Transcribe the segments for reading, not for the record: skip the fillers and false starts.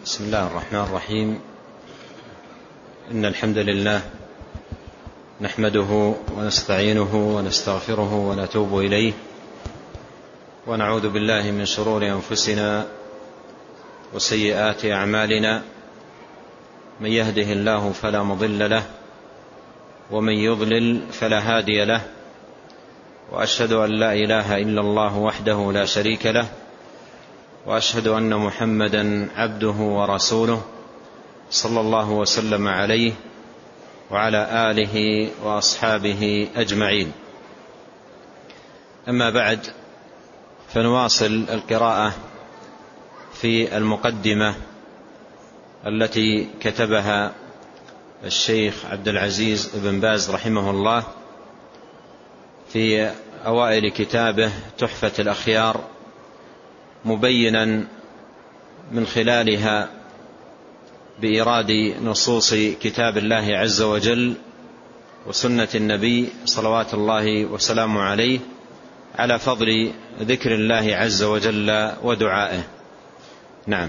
بسم الله الرحمن الرحيم. إن الحمد لله نحمده ونستعينه ونستغفره ونتوب إليه، ونعوذ بالله من شرور أنفسنا وسيئات أعمالنا. من يهده الله فلا مضل له، ومن يضلل فلا هادي له، وأشهد أن لا إله إلا الله وحده لا شريك له، وأشهد أن محمدا عبده ورسوله صلى الله وسلم عليه وعلى آله وأصحابه أجمعين. أما بعد، فنواصل القراءة في المقدمة التي كتبها الشيخ عبد العزيز بن باز رحمه الله في أوائل كتابه تحفة الأخيار، مبينا من خلالها بإيراد نصوص كتاب الله عز وجل وسنة النبي صلوات الله وسلامه عليه على فضل ذكر الله عز وجل ودعائه. نعم.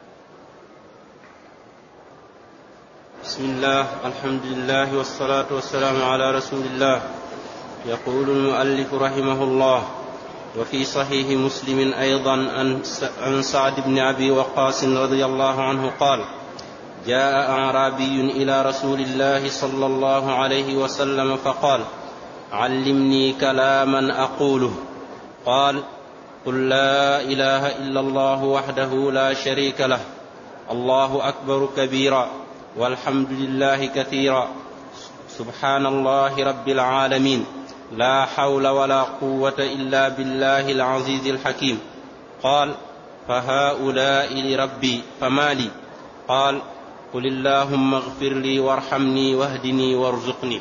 بسم الله، الحمد لله والصلاة والسلام على رسول الله. يقول المؤلف رحمه الله: وفي صحيح مسلم أيضا عن سعد بن أبي وقاص رضي الله عنه قال: جاء أعرابي إلى رسول الله صلى الله عليه وسلم فقال: علمني كلاما أقوله. قال: قل لا إله إلا الله وحده لا شريك له، الله أكبر كبيرا، والحمد لله كثيرا، سبحان الله رب العالمين، لا حول ولا قوة إلا بالله العزيز الحكيم. قال: فهؤلاء لربي فما لي؟ قال: قل اللهم اغفر لي وارحمني واهدني وارزقني.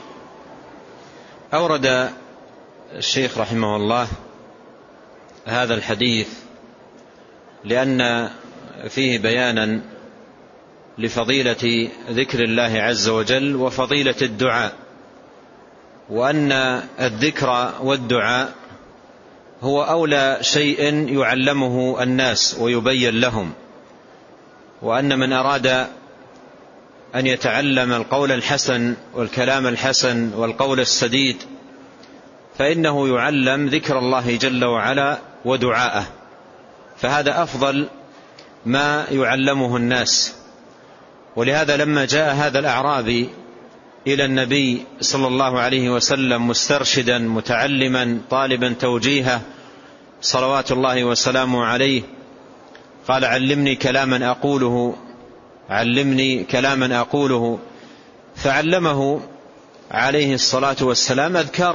أورد الشيخ رحمه الله هذا الحديث لأن فيه بيانا لفضيلة ذكر الله عز وجل وفضيلة الدعاء، وأن الذكر والدعاء هو أولى شيء يعلمه الناس ويبين لهم، وأن من أراد أن يتعلم القول الحسن والكلام الحسن والقول السديد فإنه يعلم ذكر الله جل وعلا ودعاءه، فهذا أفضل ما يعلمه الناس. ولهذا لما جاء هذا الأعرابي إلى النبي صلى الله عليه وسلم مسترشدا متعلما طالبا توجيهه صلوات الله وسلامه عليه، قال: علمني كلاما أقوله، علمني كلاما أقوله. فعلمه عليه الصلاة والسلام أذكارا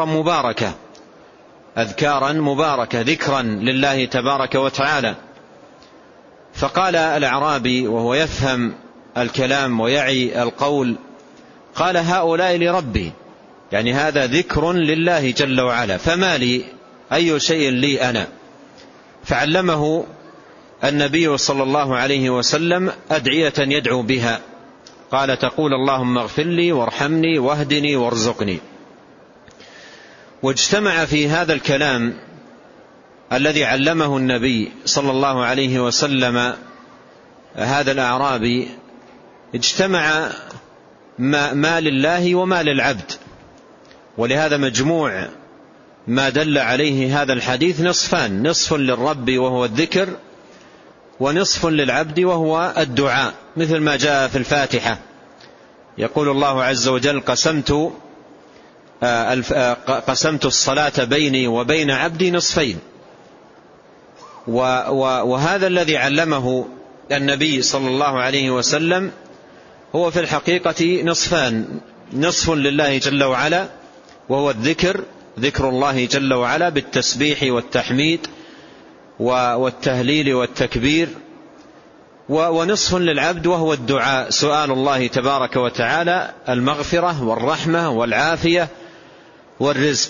مباركة، ذكرا لله تبارك وتعالى. فقال الأعرابي وهو يفهم الكلام ويعي القول: قال: هؤلاء لربي، يعني هذا ذكر لله جل وعلا، فما لي؟ أي شيء لي أنا؟ فعلمه النبي صلى الله عليه وسلم أدعية يدعو بها، قال: تقول اللهم اغفر لي وارحمني واهدني وارزقني. واجتمع في هذا الكلام الذي علمه النبي صلى الله عليه وسلم هذا الأعرابي، اجتمع ما لله وما للعبد. ولهذا مجموع ما دل عليه هذا الحديث نصفان: نصف للرب وهو الذكر، ونصف للعبد وهو الدعاء، مثل ما جاء في الفاتحة. يقول الله عز وجل: قسمت الصلاة بيني وبين عبدي نصفين. وهذا الذي علمه النبي صلى الله عليه وسلم هو في الحقيقة نصفان: نصف لله جل وعلا وهو الذكر، ذكر الله جل وعلا بالتسبيح والتحميد والتهليل والتكبير، ونصف للعبد وهو الدعاء، سؤال الله تبارك وتعالى المغفرة والرحمة والعافية والرزق.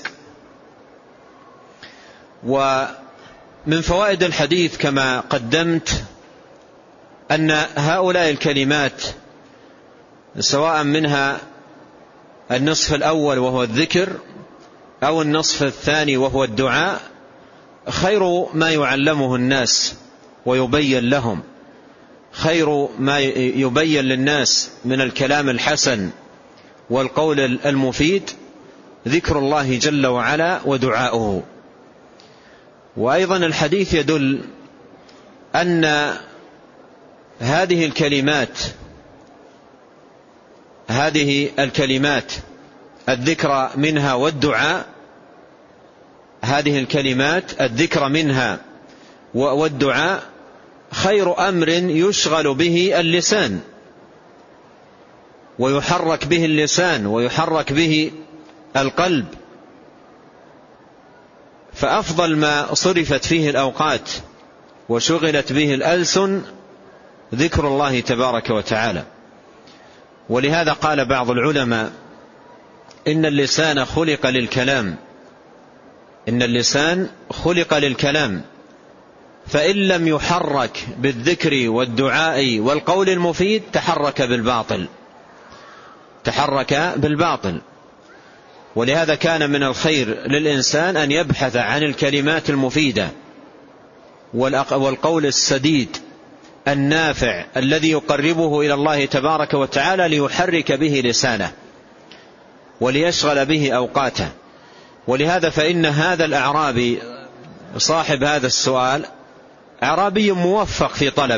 ومن فوائد الحديث كما قدمت أن هؤلاء الكلمات سواء منها النصف الأول وهو الذكر أو النصف الثاني وهو الدعاء خير ما يعلمه الناس ويبين لهم، خير ما يبين للناس من الكلام الحسن والقول المفيد ذكر الله جل وعلا ودعاؤه. وأيضا الحديث يدل أن هذه الكلمات الذكر منها والدعاء، هذه الكلمات الذكر منها والدعاء خير أمر يشغل به اللسان ويحرك به اللسان ويحرك به القلب، فأفضل ما صرفت فيه الأوقات وشغلت به الألسن ذكر الله تبارك وتعالى. ولهذا قال بعض العلماء إن اللسان خلق للكلام، فإن لم يحرك بالذكر والدعاء والقول المفيد تحرك بالباطل. ولهذا كان من الخير للإنسان أن يبحث عن الكلمات المفيدة والقول السديد النافع الذي يقربه إلى الله تبارك وتعالى ليحرك به لسانه وليشغل به أوقاته. ولهذا فإن هذا الأعرابي صاحب هذا السؤال أعرابي موفق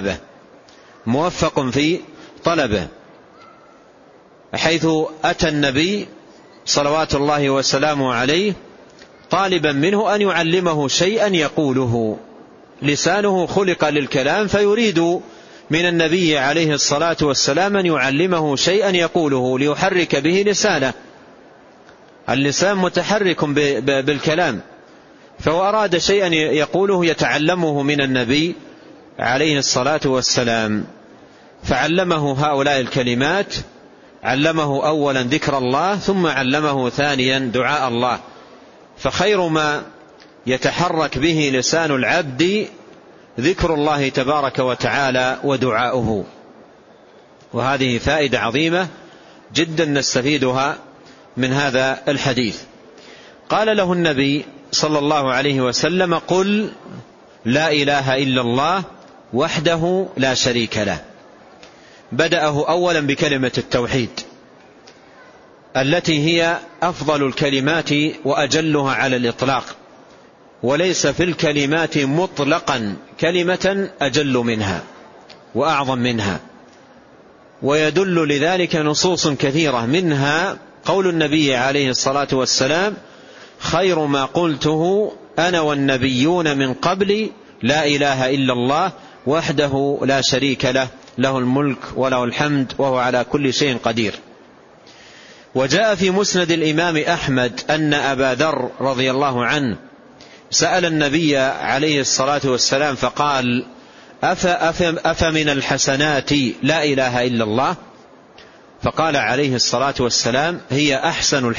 في طلبه، حيث أتى النبي صلوات الله وسلامه عليه طالبا منه أن يعلمه شيئا يقوله، لسانه خلق للكلام، فيريد من النبي عليه الصلاة والسلام أن يعلمه شيئا يقوله ليحرك به لسانه. اللسان متحرك بالكلام، فهو أراد شيئا يقوله يتعلمه من النبي عليه الصلاة والسلام، فعلمه هؤلاء الكلمات، علمه أولا ذكر الله، ثم علمه ثانيا دعاء الله. فخير ما يتحرك به لسان العبد ذكر الله تبارك وتعالى ودعاؤه. وهذه فائدة عظيمة جدا نستفيدها من هذا الحديث. قال له النبي صلى الله عليه وسلم: قل لا إله إلا الله وحده لا شريك له. بدأه أولا بكلمة التوحيد التي هي أفضل الكلمات وأجلها على الإطلاق، وليس في الكلمات مطلقا كلمة أجل منها وأعظم منها. ويدل لذلك نصوص كثيرة، منها قول النبي عليه الصلاة والسلام: خير ما قلته أنا والنبيون من قبلي لا إله إلا الله وحده لا شريك له، له الملك وله الحمد وهو على كل شيء قدير. وجاء في مسند الإمام أحمد أن أبا ذر رضي الله عنه سأل النبي عليه الصلاة والسلام فقال: أفمن الحسنات لا إله إلا الله؟ فقال عليه الصلاة والسلام: هي أحسن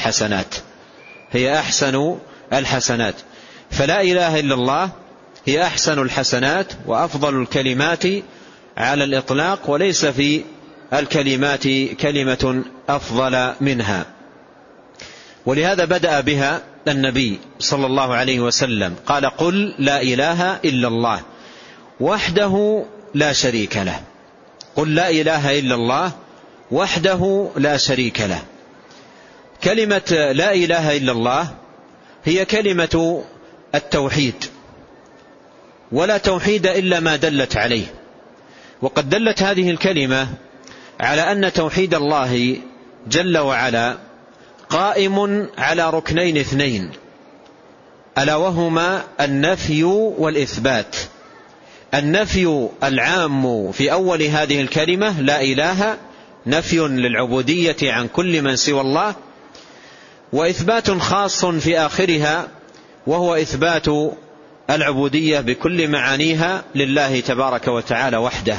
الحسنات. فلا إله إلا الله هي أحسن الحسنات وأفضل الكلمات على الإطلاق، وليس في الكلمات كلمة أفضل منها. ولهذا بدأ بها النبي صلى الله عليه وسلم، قال: قل لا إله إلا الله وحده لا شريك له. قل لا إله إلا الله وحده لا شريك له. كلمة لا إله إلا الله هي كلمة التوحيد، ولا توحيد إلا ما دلت عليه. وقد دلت هذه الكلمة على أن توحيد الله جل وعلا قائم على ركنين اثنين، ألا وهما النفي والإثبات. النفي العام في أول هذه الكلمة لا إله، نفي للعبودية عن كل من سوى الله، وإثبات خاص في آخرها وهو إثبات العبودية بكل معانيها لله تبارك وتعالى وحده.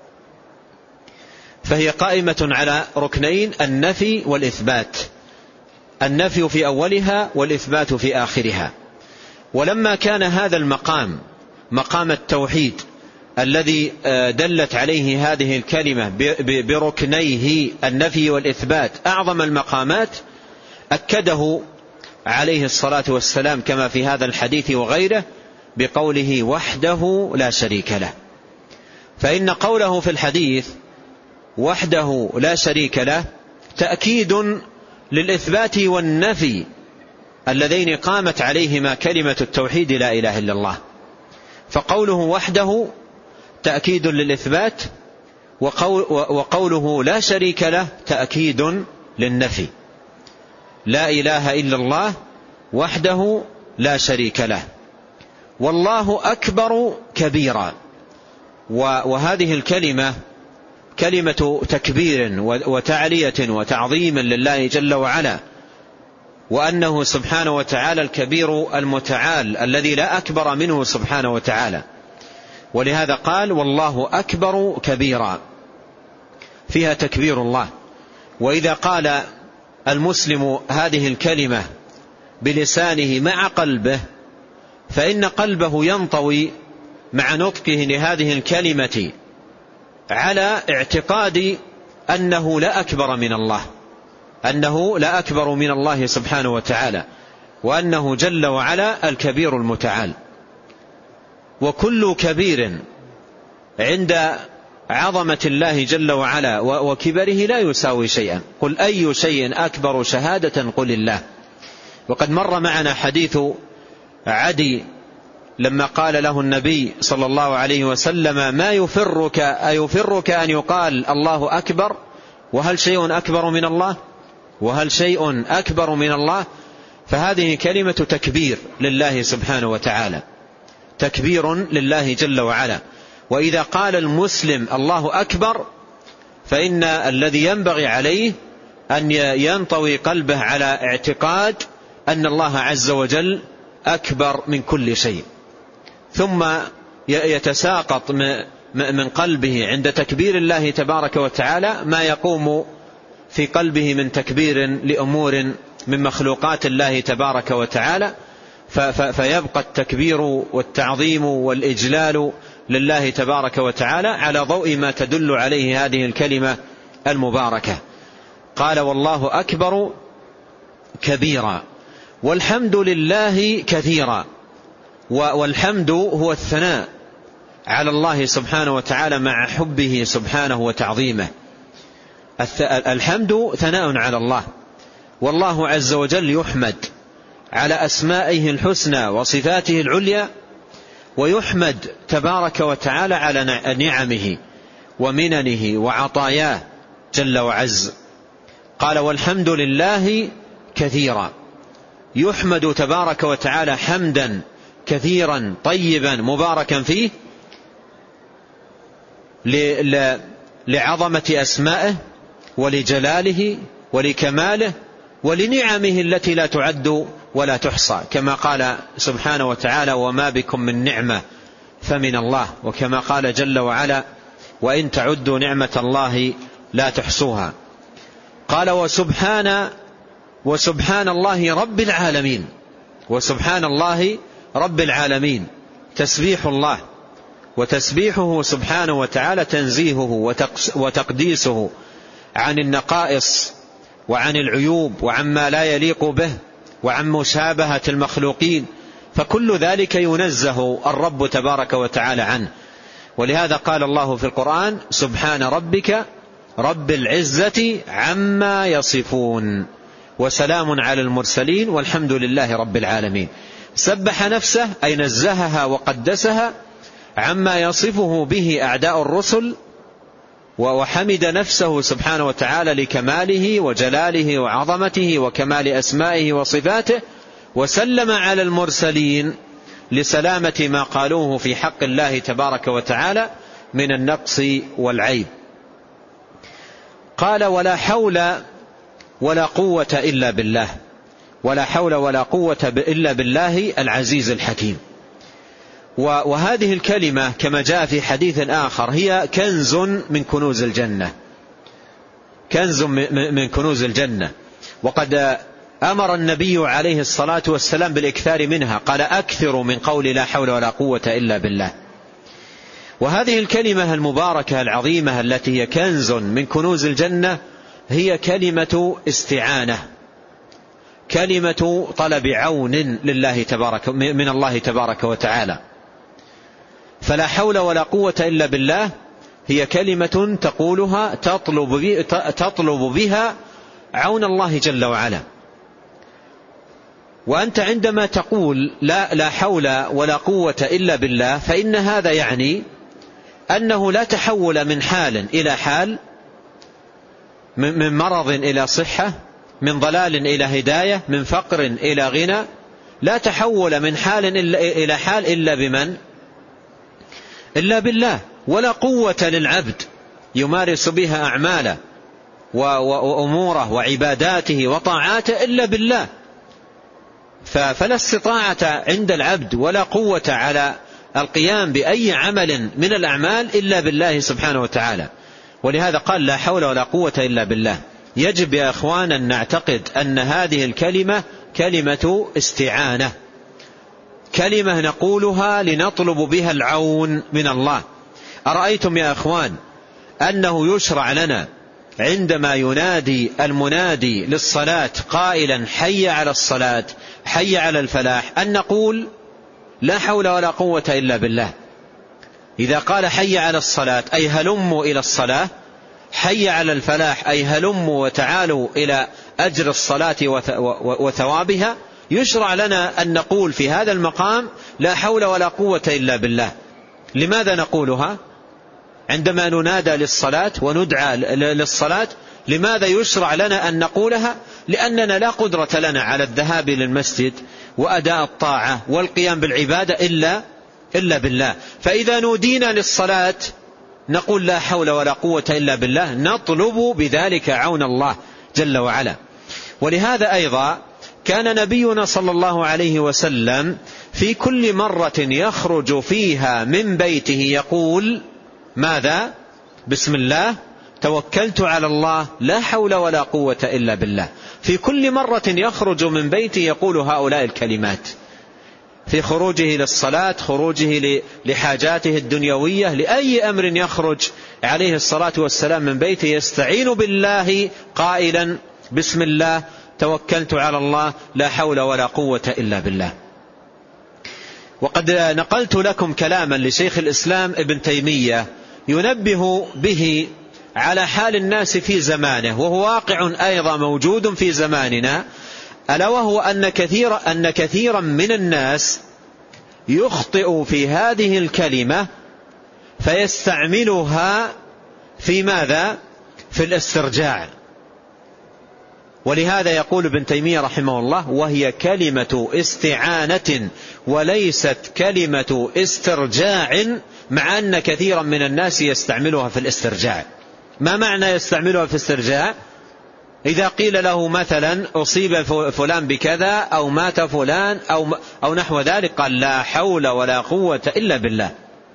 فهي قائمة على ركنين: النفي والإثبات، النفي في أولها والإثبات في آخرها. ولما كان هذا المقام مقام التوحيد الذي دلت عليه هذه الكلمة بركنيه النفي والإثبات أعظم المقامات، أكده عليه الصلاة والسلام كما في هذا الحديث وغيره بقوله: وحده لا شريك له. فإن قوله في الحديث وحده لا شريك له تأكيد للإثبات والنفي اللذين قامت عليهما كلمة التوحيد لا إله إلا الله. فقوله وحده تأكيد للإثبات، وقوله لا شريك له تأكيد للنفي. لا إله إلا الله وحده لا شريك له. والله أكبر كبيرا، وهذه الكلمة كلمة تكبير وتعلية وتعظيم لله جل وعلا، وأنه سبحانه وتعالى الكبير المتعال الذي لا أكبر منه سبحانه وتعالى. ولهذا قال والله أكبر كبيرا، فيها تكبير الله. وإذا قال المسلم هذه الكلمة بلسانه مع قلبه فإن قلبه ينطوي مع نطقه لهذه الكلمة على اعتقاد أنه لا أكبر من الله، أنه لا أكبر من الله سبحانه وتعالى، وأنه جل وعلا الكبير المتعال. وكل كبير عند عظمة الله جل وعلا وكبره لا يساوي شيئا. قل أي شيء أكبر شهادة قل الله. وقد مر معنا حديث عدي لما قال له النبي صلى الله عليه وسلم ما يفرك أيفرك أن يقال الله أكبر، وهل شيء أكبر من الله، وهل شيء أكبر من الله. فهذه كلمة تكبير لله سبحانه وتعالى، تكبير لله جل وعلا. وإذا قال المسلم الله أكبر فإن الذي ينبغي عليه أن ينطوي قلبه على اعتقاد أن الله عز وجل أكبر من كل شيء، ثم يتساقط من قلبه عند تكبير الله تبارك وتعالى ما يقوم في قلبه من تكبير لأمور من مخلوقات الله تبارك وتعالى، فيبقى التكبير والتعظيم والإجلال لله تبارك وتعالى على ضوء ما تدل عليه هذه الكلمة المباركة. قال والله أكبر كبيرا والحمد لله كثيرا. والحمد هو الثناء على الله سبحانه وتعالى مع حبه سبحانه وتعظيمه. الحمد ثناء على الله، والله عز وجل يحمد على أسمائه الحسنى وصفاته العليا، ويحمد تبارك وتعالى على نعمه ومننه وعطاياه جل وعز. قال والحمد لله كثيرا، يحمد تبارك وتعالى حمدا كثيرا طيبا مباركا فيه لعظمة أسمائه ولجلاله ولكماله ولنعمه التي لا تعد ولا تحصى، كما قال سبحانه وتعالى وما بكم من نعمة فمن الله، وكما قال جل وعلا وإن تعدوا نعمة الله لا تحصوها. قال وسبحان الله رب العالمين، وسبحان الله رب العالمين تسبيح الله، وتسبيحه سبحانه وتعالى تنزيهه وتقديسه عن النقائص وعن العيوب وعما لا يليق به وعن مشابهة المخلوقين، فكل ذلك ينزه الرب تبارك وتعالى عنه. ولهذا قال الله في القرآن سبحان ربك رب العزة عما يصفون وسلام على المرسلين والحمد لله رب العالمين. سبح نفسه أي نزهها وقدسها عما يصفه به أعداء الرسل، وحمد نفسه سبحانه وتعالى لكماله وجلاله وعظمته وكمال أسمائه وصفاته، وسلم على المرسلين لسلامة ما قالوه في حق الله تبارك وتعالى من النقص والعيب. قال ولا حول ولا قوة إلا بالله، ولا حول ولا قوة إلا بالله العزيز الحكيم. وهذه الكلمة كما جاء في حديث آخر هي كنز من كنوز الجنة، كنز من كنوز الجنة. وقد أمر النبي عليه الصلاة والسلام بالإكثار منها، قال أكثر من قول لا حول ولا قوة إلا بالله. وهذه الكلمة المباركة العظيمة التي هي كنز من كنوز الجنة هي كلمة استعانة، كلمة طلب عون لله من الله تبارك وتعالى. فلا حول ولا قوة إلا بالله هي كلمة تقولها تطلب بها عون الله جل وعلا. وأنت عندما تقول لا حول ولا قوة إلا بالله، فإن هذا يعني أنه لا تحول من حال إلى حال، من مرض إلى صحة، من ضلال إلى هداية، من فقر إلى غنى. لا تحول من حال إلى حال إلا بمن؟ إلا بالله. ولا قوة للعبد يمارس بها أعماله وأموره وعباداته وطاعاته إلا بالله. فلا استطاعة عند العبد ولا قوة على القيام بأي عمل من الأعمال إلا بالله سبحانه وتعالى. ولهذا قال لا حول ولا قوة إلا بالله. يجب يا أخوان أن نعتقد أن هذه الكلمة كلمة استعانة، كلمة نقولها لنطلب بها العون من الله. أرأيتم يا أخوان أنه يشرع لنا عندما ينادي المنادي للصلاة قائلا حي على الصلاة حي على الفلاح أن نقول لا حول ولا قوة إلا بالله. إذا قال حي على الصلاة أي هلموا إلى الصلاة، حي على الفلاح أي هلموا وتعالوا إلى أجر الصلاة وثوابها، يشرع لنا أن نقول في هذا المقام لا حول ولا قوة إلا بالله. لماذا نقولها عندما ننادى للصلاة وندعى للصلاة؟ لماذا يشرع لنا أن نقولها؟ لأننا لا قدرة لنا على الذهاب للمسجد وأداء الطاعة والقيام بالعبادة إلا بالله. فإذا نودينا للصلاة نقول لا حول ولا قوة إلا بالله، نطلب بذلك عون الله جل وعلا. ولهذا أيضا كان نبينا صلى الله عليه وسلم في كل مرة يخرج فيها من بيته يقول ماذا؟ بسم الله توكلت على الله لا حول ولا قوة إلا بالله. في كل مرة يخرج من بيته يقول هؤلاء الكلمات، في خروجه للصلاة، خروجه لحاجاته الدنيوية، لأي أمر يخرج عليه الصلاة والسلام من بيته يستعين بالله قائلا بسم الله توكلت على الله لا حول ولا قوة إلا بالله. وقد نقلت لكم كلاما لشيخ الإسلام ابن تيمية ينبه به على حال الناس في زمانه، وهو واقع أيضا موجود في زماننا، ألا وهو أن كثيرا من الناس يخطئ في هذه الكلمة فيستعملها في ماذا؟ في الاسترجاع. ولهذا يقول ابن تيمية رحمه الله وهي كلمة استعانة وليست كلمة استرجاع، مع أن كثيرا من الناس يستعملها في الاسترجاع. ما معنى يستعملها في الاسترجاع؟ إذا قيل له مثلا أصيب فلان بكذا أو مات فلان أو نحو ذلك قال لا حول ولا قوة إلا بالله،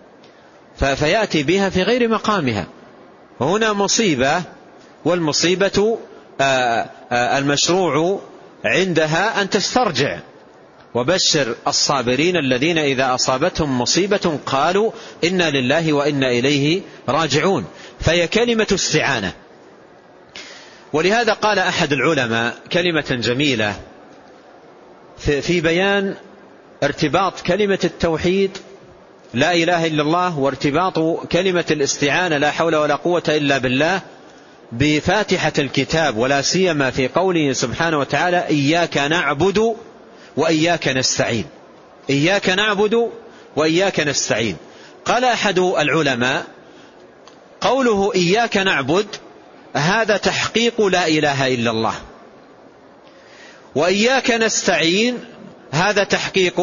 فيأتي بها في غير مقامها. هنا مصيبة، والمصيبة المشروع عندها أن تسترجع. وبشر الصابرين الذين إذا أصابتهم مصيبة قالوا إنا لله وإنا إليه راجعون. فهي كلمة استعانة. ولهذا قال أحد العلماء كلمة جميلة في بيان ارتباط كلمة التوحيد لا إله إلا الله وارتباط كلمة الاستعانة لا حول ولا قوة إلا بالله بفاتحة الكتاب، ولا سيما في قوله سبحانه وتعالى إياك نعبد وإياك نستعين. إياك نعبد وإياك نستعين. قال أحد العلماء قوله إياك نعبد هذا تحقيق لا إله إلا الله، وإياك نستعين هذا تحقيق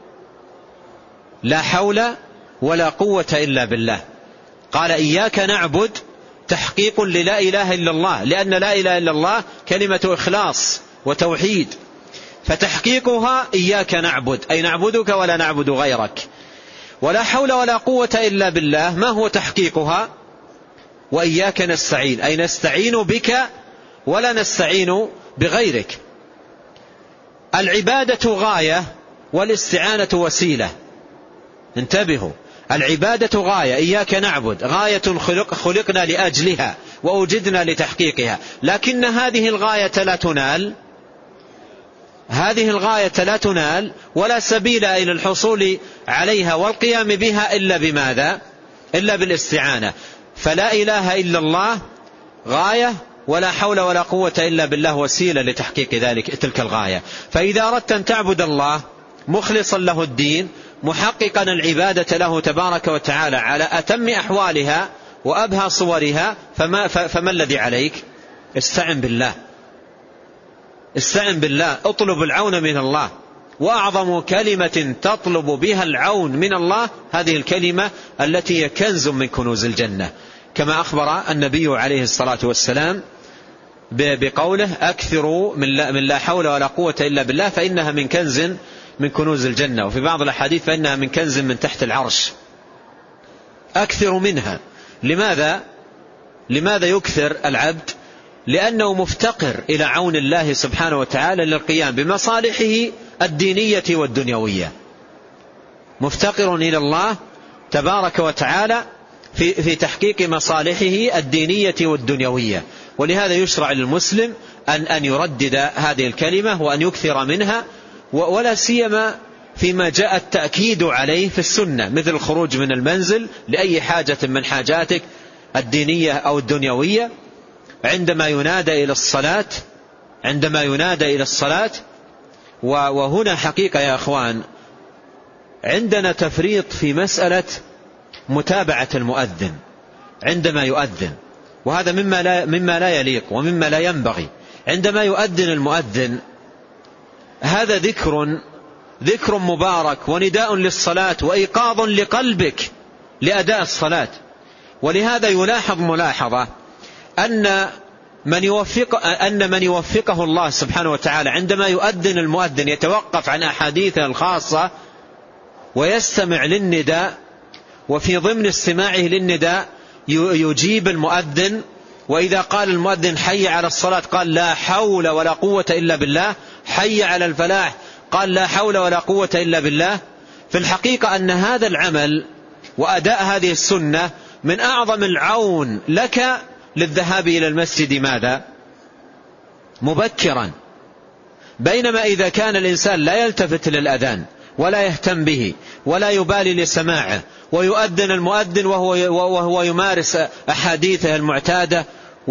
لا حول ولا قوة إلا بالله. قال إياك نعبد تحقيق للا إله إلا الله، لأن لا إله إلا الله كلمة إخلاص وتوحيد، فتحقيقها إياك نعبد أي نعبدك ولا نعبد غيرك. ولا حول ولا قوة إلا بالله ما هو تحقيقها؟ وإياك نستعين أي نستعين بك ولا نستعين بغيرك. العبادة غاية والاستعانة وسيلة. انتبهوا، العبادة غاية، إياك نعبد غاية خلقنا لأجلها وأوجدنا لتحقيقها، لكن هذه الغاية لا تنال ولا سبيل إلى الحصول عليها والقيام بها إلا بماذا؟ إلا بالاستعانة. فلا إله إلا الله غاية، ولا حول ولا قوة إلا بالله وسيلة لتحقيق تلك الغاية. فإذا أردت أن تعبد الله مخلصا له الدين، محققا العبادة له تبارك وتعالى على أتم أحوالها وأبهى صورها، فما الذي عليك؟ استعن بالله، استعن بالله، اطلب العون من الله. وأعظم كلمة تطلب بها العون من الله هذه الكلمة التي هي كنز من كنوز الجنة، كما أخبر النبي عليه الصلاة والسلام بقوله: أكثروا من لا حول ولا قوة إلا بالله فإنها من كنز من كنوز الجنة، وفي بعض الأحاديث فإنها من كنز من تحت العرش. أكثر منها. لماذا يكثر العبد؟ لأنه مفتقر إلى عون الله سبحانه وتعالى للقيام بمصالحه الدينية والدنيوية، مفتقر إلى الله تبارك وتعالى في تحقيق مصالحه الدينية والدنيوية. ولهذا يشرع للمسلم أن يردد هذه الكلمة وأن يكثر منها، ولا سيما فيما جاء التأكيد عليه في السنة، مثل الخروج من المنزل لأي حاجة من حاجاتك الدينية أو الدنيوية، عندما ينادى إلى الصلاة. وهنا حقيقة يا أخوان عندنا تفريط في مسألة متابعة المؤذن عندما يؤذن، وهذا مما لا يليق ومما لا ينبغي. عندما يؤذن المؤذن هذا ذكر مبارك ونداء للصلاة وإيقاظ لقلبك لأداء الصلاة. ولهذا يلاحظ ملاحظة أن من يوفقه الله سبحانه وتعالى عندما يؤذن المؤذن يتوقف عن أحاديثه الخاصة ويستمع للنداء، وفي ضمن استماعه للنداء يجيب المؤذن، وإذا قال المؤذن حي على الصلاة قال لا حول ولا قوة إلا بالله، حي على الفلاح قال لا حول ولا قوة إلا بالله. في الحقيقة أن هذا العمل وأداء هذه السنة من أعظم العون لك للذهاب إلى المسجد ماذا؟ مبكرا. بينما إذا كان الإنسان لا يلتفت للأذان ولا يهتم به ولا يبالي لسماعه، ويؤذن المؤذن وهو يمارس أحاديثه المعتادة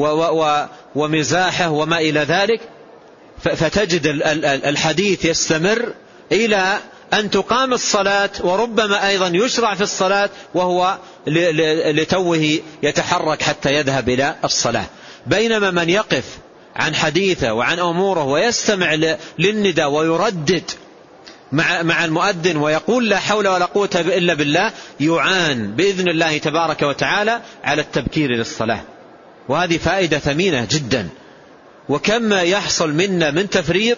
ومزاحه وما إلى ذلك، فتجد الحديث يستمر إلى أن تقام الصلاة، وربما أيضا يشرع في الصلاة وهو لتوه يتحرك حتى يذهب إلى الصلاة. بينما من يقف عن حديثه وعن أموره ويستمع للنداء ويردد مع المؤذن ويقول لا حول ولا قوة إلا بالله، يعان بإذن الله تبارك وتعالى على التبكير للصلاة. وهذه فائدة ثمينة جدا. وكم يحصل منا من تفريط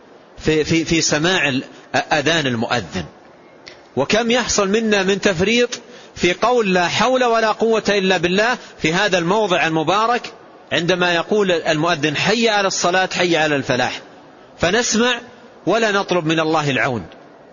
في سماع أذان المؤذن، وكم يحصل منا من تفريط في قول لا حول ولا قوة إلا بالله في هذا الموضع المبارك عندما يقول المؤذن حي على الصلاة حي على الفلاح، فنسمع ولا نطلب من الله العون.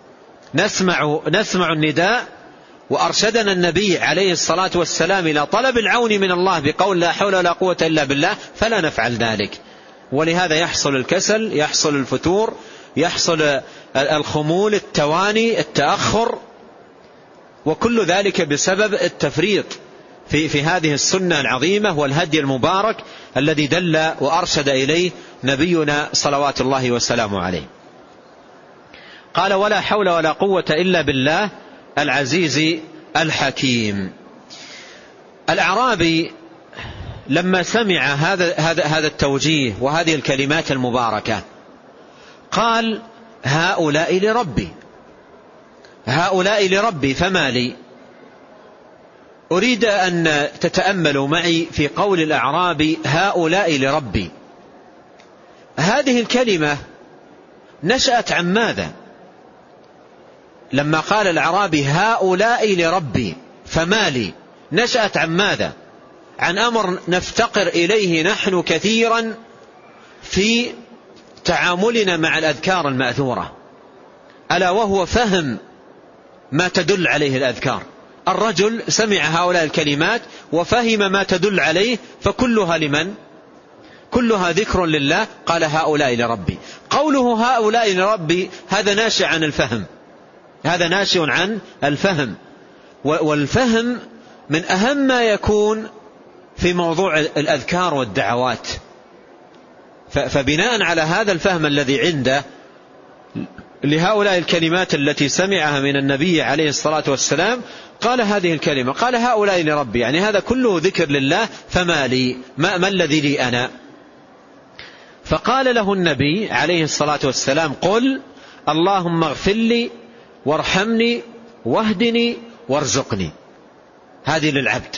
نسمع النداء، وأرشدنا النبي عليه الصلاة والسلام إلى طلب العون من الله بقول لا حول ولا قوة إلا بالله، فلا نفعل ذلك. ولهذا يحصل الكسل، يحصل الفتور، يحصل الخمول، التواني، التأخر، وكل ذلك بسبب التفريط في هذه السنة العظيمة والهدي المبارك الذي دل وأرشد إليه نبينا صلوات الله وسلامه عليه. قال ولا حول ولا قوة إلا بالله العزيز الحكيم. الأعرابي لما سمع هذا التوجيه وهذه الكلمات المباركة قال هؤلاء لربي فما لي. أريد أن تتأملوا معي في قول الأعرابي هؤلاء لربي. هذه الكلمة نشأت عن ماذا؟ لما قال الأعرابي هؤلاء لربي فما لي، نشأت عن ماذا؟ عن أمر نفتقر إليه نحن كثيرا في تعاملنا مع الأذكار المأثورة، ألا وهو فهم ما تدل عليه الأذكار. الرجل سمع هؤلاء الكلمات وفهم ما تدل عليه، فكلها لمن؟ كلها ذكر لله. قال هؤلاء لربي. قوله هؤلاء لربي هذا ناشئ عن الفهم، هذا ناشئ عن الفهم، والفهم من أهم ما يكون في موضوع الأذكار والدعوات. فبناء على هذا الفهم الذي عنده لهؤلاء الكلمات التي سمعها من النبي عليه الصلاة والسلام قال هذه الكلمة، قال هؤلاء لربي، يعني هذا كله ذكر لله، فما لي، ما الذي لي أنا؟ فقال له النبي عليه الصلاة والسلام قل اللهم اغفر لي وارحمني واهدني وارزقني. هذه للعبد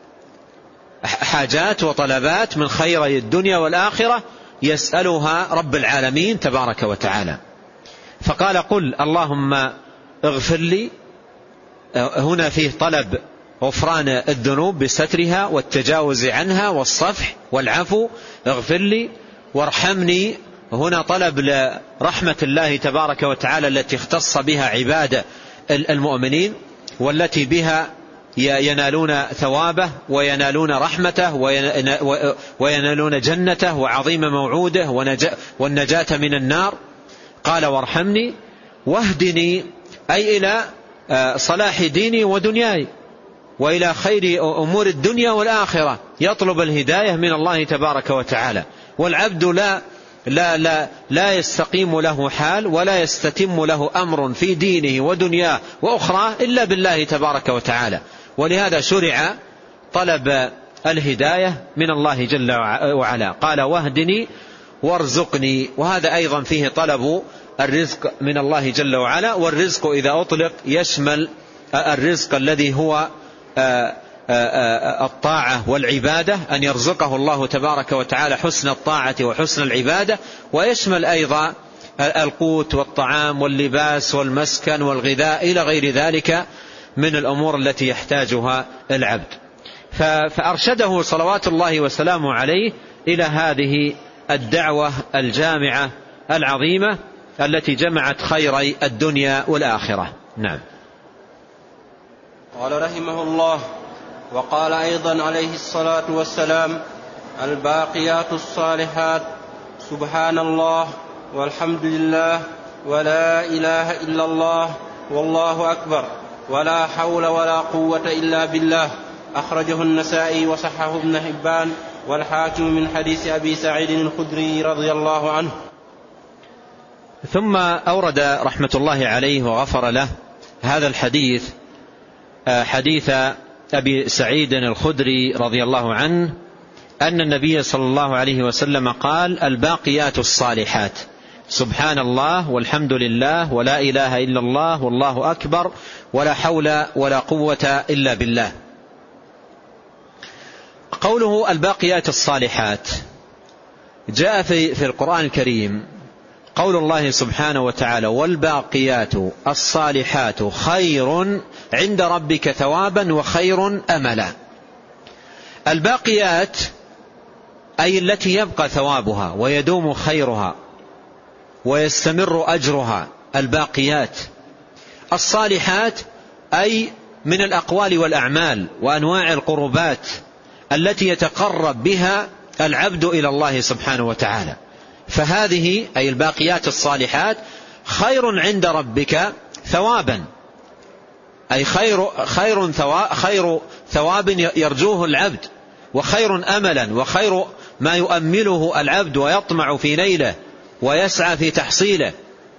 حاجات وطلبات من خيري الدنيا والآخرة يسألها رب العالمين تبارك وتعالى. فقال قل اللهم اغفر لي، هنا فيه طلب غفران الذنوب بسترها والتجاوز عنها والصفح والعفو، اغفر لي. وارحمني، هنا طلب لرحمة الله تبارك وتعالى التي اختص بها عباد المؤمنين والتي بها ينالون ثوابه وينالون رحمته وينالون جنته وعظيم موعوده والنجاة من النار. قال وارحمني واهدني، أي إلى صلاح ديني ودنياي وإلى خير أمور الدنيا والآخرة، يطلب الهداية من الله تبارك وتعالى. والعبد لا يستقيم له حال ولا يستتم له أمر في دينه ودنياه وأخرى إلا بالله تبارك وتعالى، ولهذا شرع طلب الهداية من الله جل وعلا. قال واهدني وارزقني، وهذا أيضا فيه طلب الرزق من الله جل وعلا. والرزق إذا أطلق يشمل الرزق الذي هو الطاعة والعبادة، أن يرزقه الله تبارك وتعالى حسن الطاعة وحسن العبادة، ويشمل أيضا القوت والطعام واللباس والمسكن والغذاء إلى غير ذلك من الأمور التي يحتاجها العبد. فأرشده صلوات الله وسلامه عليه إلى هذه الدعوة الجامعة العظيمة التي جمعت خيري الدنيا والآخرة. نعم. قال رحمه الله: وقال أيضا عليه الصلاة والسلام: الباقيات الصالحات سبحان الله والحمد لله ولا إله إلا الله والله أكبر ولا حول ولا قوة إلا بالله. أخرجه النسائي وصححه ابن حبان والحاكم من حديث أبي سعيد الخدري رضي الله عنه. ثم أورد رحمة الله عليه وغفر له هذا الحديث، حديث أبي سعيد الخدري رضي الله عنه أن النبي صلى الله عليه وسلم قال: الباقيات الصالحات سبحان الله والحمد لله ولا إله إلا الله والله أكبر ولا حول ولا قوة إلا بالله. قوله الباقيات الصالحات جاء في القرآن الكريم قول الله سبحانه وتعالى: والباقيات الصالحات خير عند ربك ثوابا وخير أملا. الباقيات أي التي يبقى ثوابها ويدوم خيرها ويستمر أجرها، الباقيات. الصالحات أي من الأقوال والأعمال وأنواع القربات التي يتقرب بها العبد إلى الله سبحانه وتعالى. فهذه أي الباقيات الصالحات خير عند ربك ثوابا، أي خير ثواب يرجوه العبد، وخير أملا، وخير ما يؤمله العبد ويطمع في نيله ويسعى في تحصيله.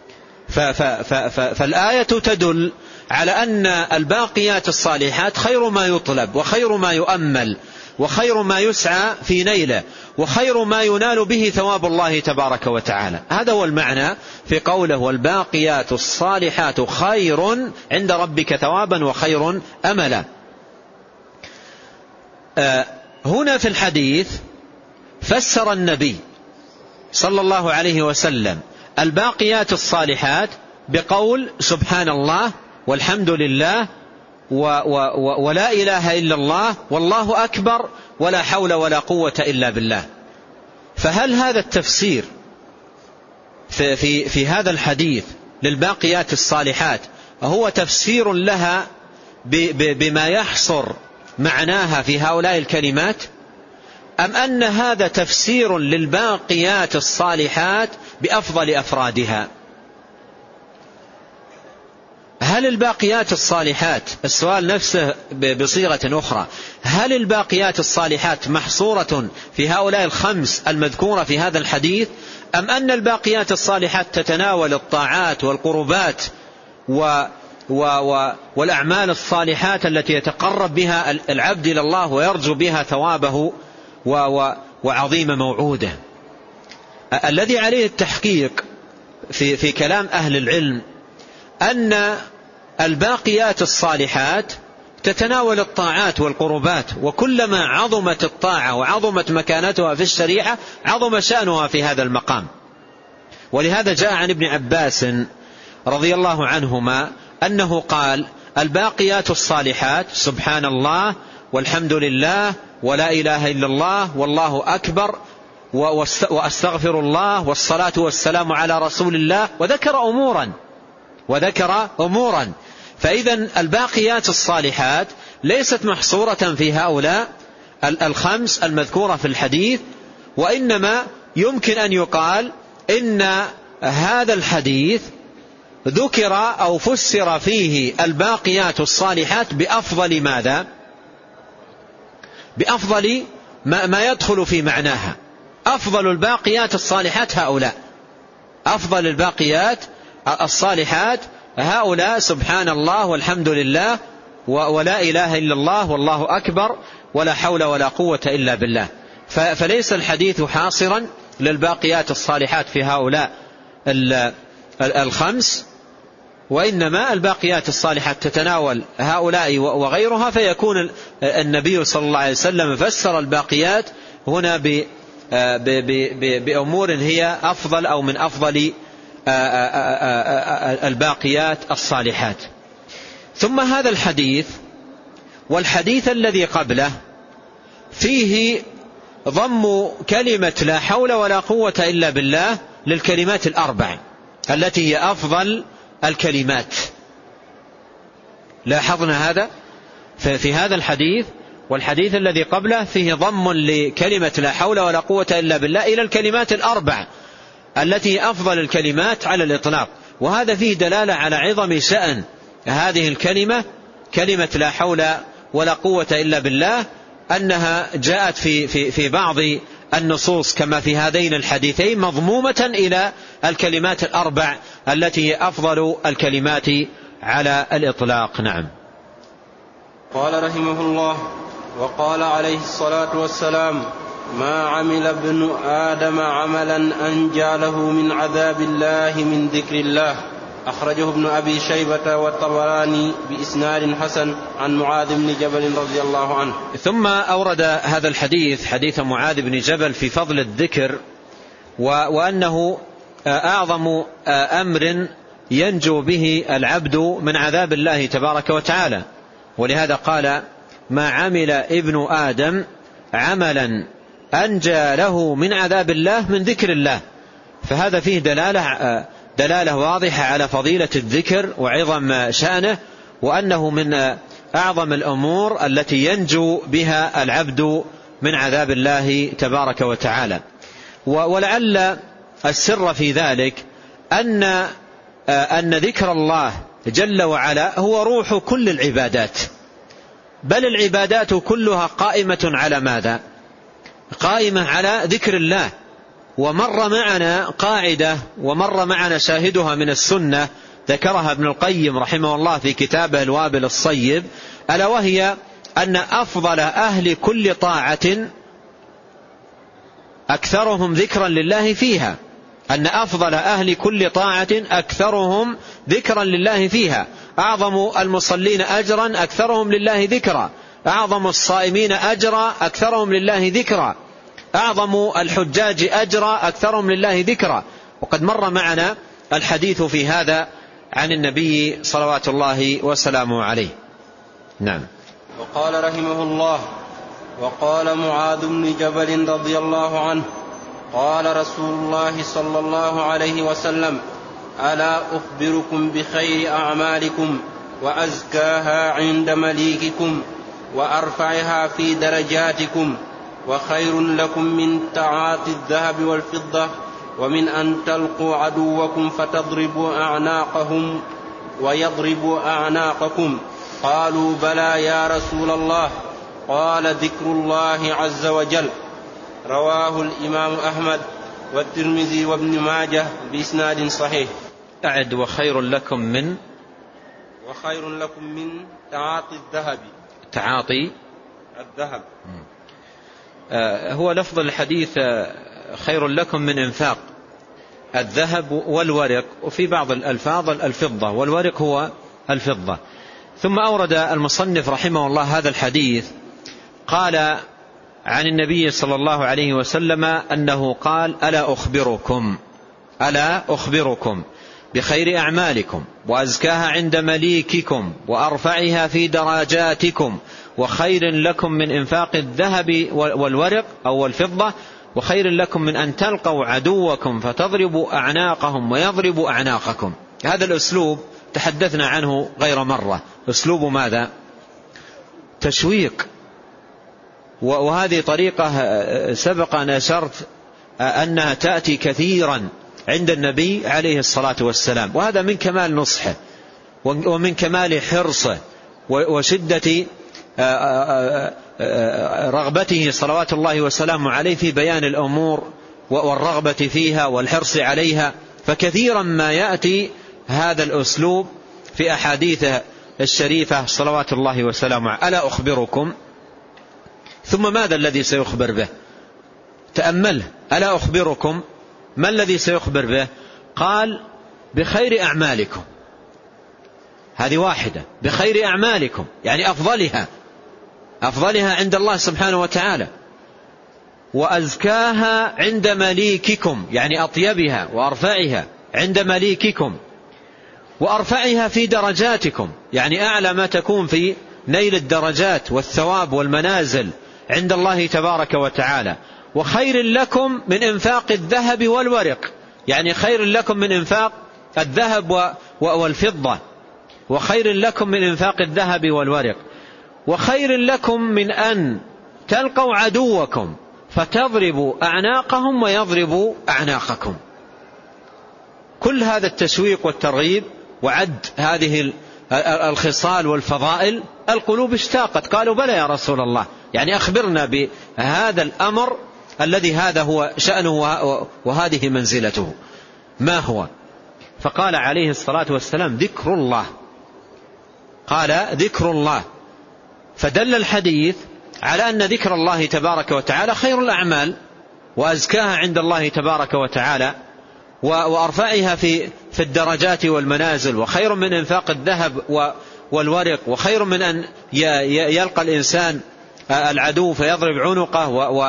فالآية تدل على أن الباقيات الصالحات خير ما يطلب وخير ما يؤمل وخير ما يسعى في نيله وخير ما ينال به ثواب الله تبارك وتعالى. هذا هو المعنى في قوله: والباقيات الصالحات خير عند ربك ثوابا وخير أملا. هنا في الحديث فسر النبي صلى الله عليه وسلم الباقيات الصالحات بقول: سبحان الله والحمد لله ولا إله إلا الله والله أكبر ولا حول ولا قوة إلا بالله. فهل هذا التفسير في هذا الحديث للباقيات الصالحات هو تفسير لها بما يحصر معناها في هؤلاء الكلمات، أم أن هذا تفسير للباقيات الصالحات بأفضل أفرادها؟ هل الباقيات الصالحات، السؤال نفسه بصيغة أخرى، هل الباقيات الصالحات محصورة في هؤلاء الخمس المذكورة في هذا الحديث، أم أن الباقيات الصالحات تتناول الطاعات والقربات والأعمال الصالحات التي يتقرب بها العبد إلى الله ويرجو بها ثوابه وعظيم موعوده؟ الذي عليه التحقيق في كلام أهل العلم أن الباقيات الصالحات تتناول الطاعات والقربات، وكلما عظمت الطاعة وعظمت مكانتها في الشريعة عظم شأنها في هذا المقام. ولهذا جاء عن ابن عباس رضي الله عنهما أنه قال: الباقيات الصالحات سبحان الله والحمد لله ولا إله إلا الله والله أكبر وأستغفر الله والصلاة والسلام على رسول الله، وذكر أمورا. فإذا الباقيات الصالحات ليست محصورة في هؤلاء الخمس المذكورة في الحديث، وإنما يمكن أن يقال إن هذا الحديث ذكر أو فسر فيه الباقيات الصالحات بأفضل ماذا؟ بأفضل ما يدخل في معناها. أفضل الباقيات الصالحات هؤلاء، أفضل الباقيات الصالحات هؤلاء سبحان الله والحمد لله ولا إله إلا الله والله أكبر ولا حول ولا قوة إلا بالله. فليس الحديث حاصرا للباقيات الصالحات في هؤلاء الخمس، وإنما الباقيات الصالحات تتناول هؤلاء وغيرها، فيكون النبي صلى الله عليه وسلم فسر الباقيات هنا بأمور هي أفضل أو من أفضل الباقيات الصالحات. ثم هذا الحديث والحديث الذي قبله فيه ضم كلمة لا حول ولا قوة إلا بالله للكلمات الأربع التي هي أفضل الكلمات. لاحظنا هذا في هذا الحديث والحديث الذي قبله فيه ضم لكلمة لا حول ولا قوة إلا بالله إلى الكلمات الأربع التي أفضل الكلمات على الإطلاق. وهذا فيه دلالة على عظم شأن هذه الكلمة، كلمة لا حول ولا قوة إلا بالله، أنها جاءت في بعض النصوص كما في هذين الحديثين مضمومة إلى الكلمات الأربع التي هي أفضل الكلمات على الإطلاق. نعم. قال رحمه الله: وقال عليه الصلاة والسلام: ما عمل ابن آدم عملا أنجى له من عذاب الله من ذكر الله. أخرجه ابن أبي شيبة والطبراني بإسناد حسن عن معاذ بن جبل رضي الله عنه. ثم أورد هذا الحديث حديث معاذ بن جبل في فضل الذكر، وأنه أعظم أمر ينجو به العبد من عذاب الله تبارك وتعالى. ولهذا قال: ما عمل ابن آدم عملا أنجى له من عذاب الله من ذكر الله. فهذا فيه دلالة واضحة على فضيلة الذكر وعظم شأنه، وأنه من أعظم الأمور التي ينجو بها العبد من عذاب الله تبارك وتعالى. ولعل السر في ذلك أن ذكر الله جل وعلا هو روح كل العبادات، بل العبادات كلها قائمة على ماذا؟ قائمة على ذكر الله. ومر معنا قاعدة ومر معنا شاهدها من السنة ذكرها ابن القيم رحمه الله في كتابه الوابل الصيب، ألا وهي أن أفضل أهل كل طاعة أكثرهم ذكرا لله فيها، أن أفضل أهل كل طاعة أكثرهم ذكرا لله فيها. أعظم المصلين أجرا أكثرهم لله ذكرا، أعظم الصائمين أجرا أكثرهم لله ذكرا، أعظم الحجاج أجرا أكثرهم لله ذكرا. وقد مر معنا الحديث في هذا عن النبي صلوات الله وسلامه عليه. نعم. وقال رحمه الله: وقال معاذ بن جبل رضي الله عنه: قال رسول الله صلى الله عليه وسلم: ألا أخبركم بخير أعمالكم وأزكاها عند مليككم وأرفعها في درجاتكم، وخير لكم من تعاطي الذهب والفضة، ومن أن تلقوا عدوكم فتضربوا أعناقهم ويضرب أعناقكم؟ قالوا بلى يا رسول الله. قال ذكر الله عز وجل. رواه الإمام أحمد والترمذي وابن ماجه بإسناد صحيح. أعد وخير لكم من تعاطي الذهب. تعاطي الذهب. هو لفظ الحديث خير لكم من إنفاق الذهب والورق، وفي بعض الألفاظ الفضة، والورق هو الفضة. ثم أورد المصنف رحمه الله هذا الحديث، قال عن النبي صلى الله عليه وسلم أنه قال: ألا أخبركم بخير أعمالكم وأزكاها عند مليككم وأرفعها في درجاتكم وخير لكم من إنفاق الذهب والورق أو الفضة وخير لكم من أن تلقوا عدوكم فتضربوا أعناقهم ويضربوا أعناقكم. هذا الأسلوب تحدثنا عنه غير مرة. أسلوب ماذا؟ تشويق. وهذه طريقة سبق أن أشرت أنها تأتي كثيرا عند النبي عليه الصلاة والسلام، وهذا من كمال نصحه ومن كمال حرصه وشدة رغبته صلوات الله وسلامه عليه في بيان الأمور والرغبة فيها والحرص عليها. فكثيرا ما يأتي هذا الأسلوب في أحاديثه الشريفة صلوات الله وسلامه. ألا أخبركم، ثم ماذا الذي سيخبر به؟ تأمله. ألا أخبركم، ما الذي سيخبر به؟ قال: بخير أعمالكم. هذه واحدة، بخير أعمالكم يعني أفضلها عند الله سبحانه وتعالى. وأزكاها عند مليككم يعني أطيبها وأرفعها عند مليككم. وأرفعها في درجاتكم يعني أعلى ما تكون في نيل الدرجات والثواب والمنازل عند الله تبارك وتعالى. وخير لكم من إنفاق الذهب والورق يعني خير لكم من إنفاق الذهب والفضة. وخير لكم من إنفاق الذهب والورق. وخير لكم من أن تلقوا عدوكم فتضربوا أعناقهم ويضربوا أعناقكم. كل هذا التشويق والترغيب وعد هذه الخصال والفضائل. القلوب اشتاقت، قالوا: بلى يا رسول الله، يعني أخبرنا بهذا الأمر الذي هذا هو شأنه وهذه منزلته، ما هو؟ فقال عليه الصلاة والسلام: ذكر الله. قال: ذكر الله. فدل الحديث على أن ذكر الله تبارك وتعالى خير الأعمال وأزكاها عند الله تبارك وتعالى وأرفعها في الدرجات والمنازل، وخير من إنفاق الذهب والورق، وخير من أن يلقى الإنسان العدو فيضرب عنقه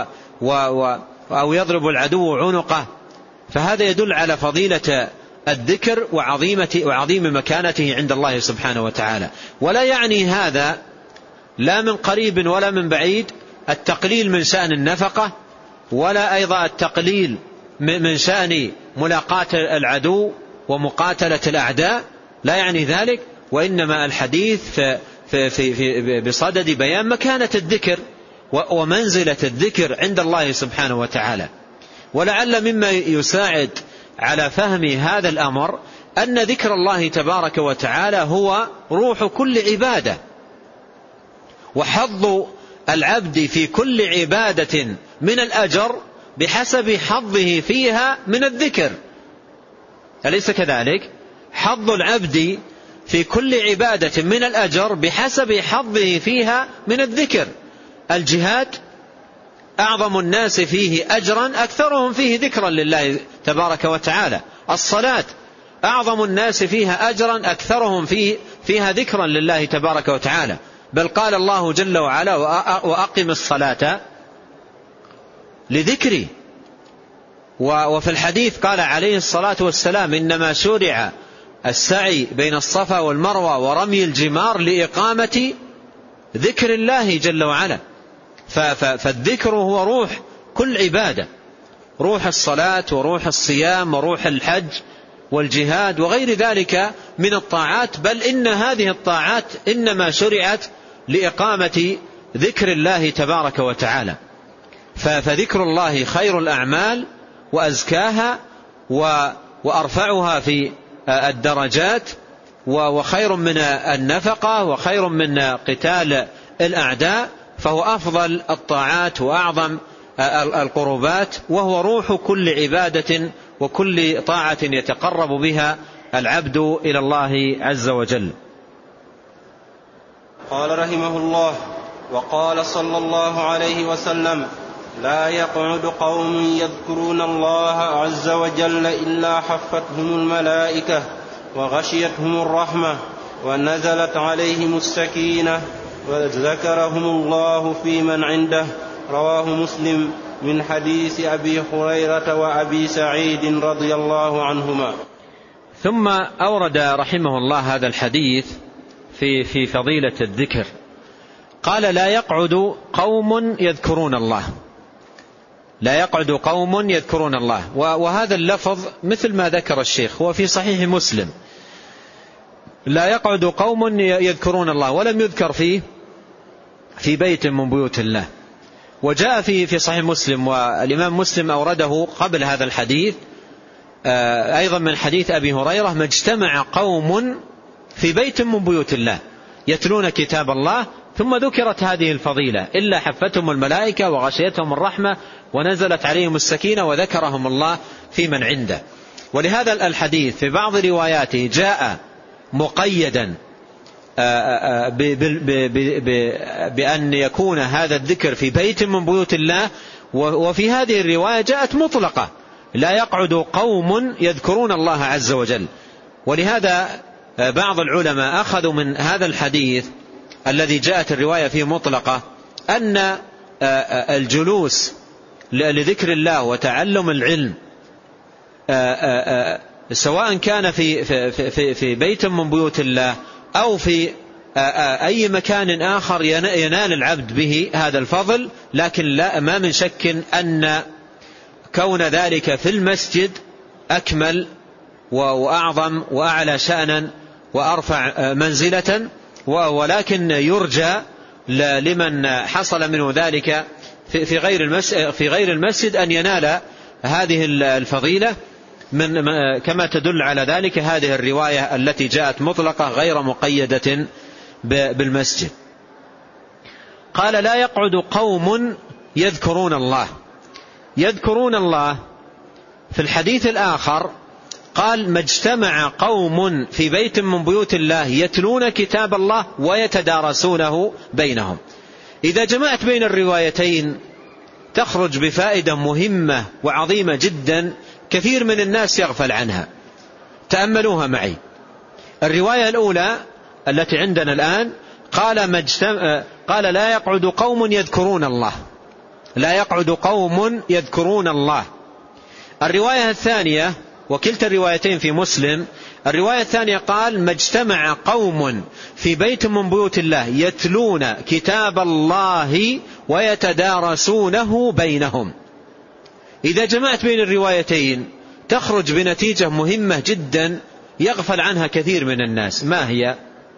أو يضرب العدو عنقه. فهذا يدل على فضيلة الذكر وعظيم مكانته عند الله سبحانه وتعالى. ولا يعني هذا لا من قريب ولا من بعيد التقليل من شأن النفقة، ولا أيضا التقليل من شأن ملاقاة العدو ومقاتلة الأعداء، لا يعني ذلك. وإنما الحديث بصدد بيان مكانة الذكر ومنزلة الذكر عند الله سبحانه وتعالى. ولعل مما يساعد على فهم هذا الأمر أن ذكر الله تبارك وتعالى هو روح كل عبادة، وحظ العبد في كل عبادة من الأجر بحسب حظه فيها من الذكر. أليس كذلك؟ حظ العبد في كل عبادة من الأجر بحسب حظه فيها من الذكر. الجهاد أعظم الناس فيه أجرا أكثرهم فيه ذكرا لله تبارك وتعالى. الصلاة أعظم الناس فيها أجرا أكثرهم فيها ذكرا لله تبارك وتعالى. بل قال الله جل وعلا: وأقم الصلاة لذكري. وفي الحديث قال عليه الصلاة والسلام: إنما شرع السعي بين الصفا والمروة ورمي الجمار لإقامة ذكر الله جل وعلا. فالذكر هو روح كل عبادة، روح الصلاة وروح الصيام وروح الحج والجهاد وغير ذلك من الطاعات. بل إن هذه الطاعات إنما شرعت لإقامة ذكر الله تبارك وتعالى. فذكر الله خير الأعمال وأزكاها وأرفعها في الدرجات وخير من النفقة وخير من قتال الأعداء، فهو أفضل الطاعات وأعظم القربات، وهو روح كل عبادة وكل طاعة يتقرب بها العبد إلى الله عز وجل. قال رحمه الله: وقال صلى الله عليه وسلم: لا يقعد قوم يذكرون الله عز وجل إلا حفتهم الملائكة وغشيتهم الرحمة ونزلت عليهم السكينة وذكرهم الله في من عنده. رواه مسلم من حديث أبي هريرة وأبي سعيد رضي الله عنهما. ثم أورد رحمه الله هذا الحديث في فضيلة الذكر. قال: لا يقعد قوم يذكرون الله، لا يقعد قوم يذكرون الله. وهذا اللفظ مثل ما ذكر الشيخ هو في صحيح مسلم: لا يقعد قوم يذكرون الله، ولم يذكر في بيت من بيوت الله. وجاء في صحيح مسلم، والإمام مسلم أورده قبل هذا الحديث أيضا من حديث أبي هريرة: ما اجتمع قوم في بيت من بيوت الله يتلون كتاب الله ثم ذكرت هذه الفضيلة إلا حفتهم الملائكة وغشيتهم الرحمة ونزلت عليهم السكينة وذكرهم الله في من عنده. ولهذا الحديث في بعض رواياته جاء مقيدا بأن يكون هذا الذكر في بيت من بيوت الله، وفي هذه الرواية جاءت مطلقة: لا يقعد قوم يذكرون الله عز وجل. ولهذا بعض العلماء أخذوا من هذا الحديث الذي جاءت الرواية فيه مطلقة أن الجلوس لذكر الله وتعلم العلم سواء كان في بيت من بيوت الله أو في أي مكان آخر ينال العبد به هذا الفضل، لكن ما من شك أن كون ذلك في المسجد أكمل وأعظم وأعلى شأنا وأرفع منزلة. ولكن يرجى لمن حصل منه ذلك في غير المسجد أن ينال هذه الفضيلة كما تدل على ذلك هذه الرواية التي جاءت مطلقة غير مقيدة بالمسجد. قال: لا يقعد قوم يذكرون الله. يذكرون الله في الحديث الآخر قال: ما اجتمع قوم في بيت من بيوت الله يتلون كتاب الله ويتدارسونه بينهم. إذا جمعت بين الروايتين تخرج بفائدة مهمة وعظيمة جدا كثير من الناس يغفل عنها. تأملوها معي. الرواية الأولى التي عندنا الآن قال: لا يقعد قوم يذكرون الله، لا يقعد قوم يذكرون الله. الرواية الثانية، وكلتا الروايتين في مسلم، الرواية الثانية قال: ما اجتمع قوم في بيت من بيوت الله يتلون كتاب الله ويتدارسونه بينهم. إذا جمعت بين الروايتين تخرج بنتيجة مهمة جدا يغفل عنها كثير من الناس. ما هي؟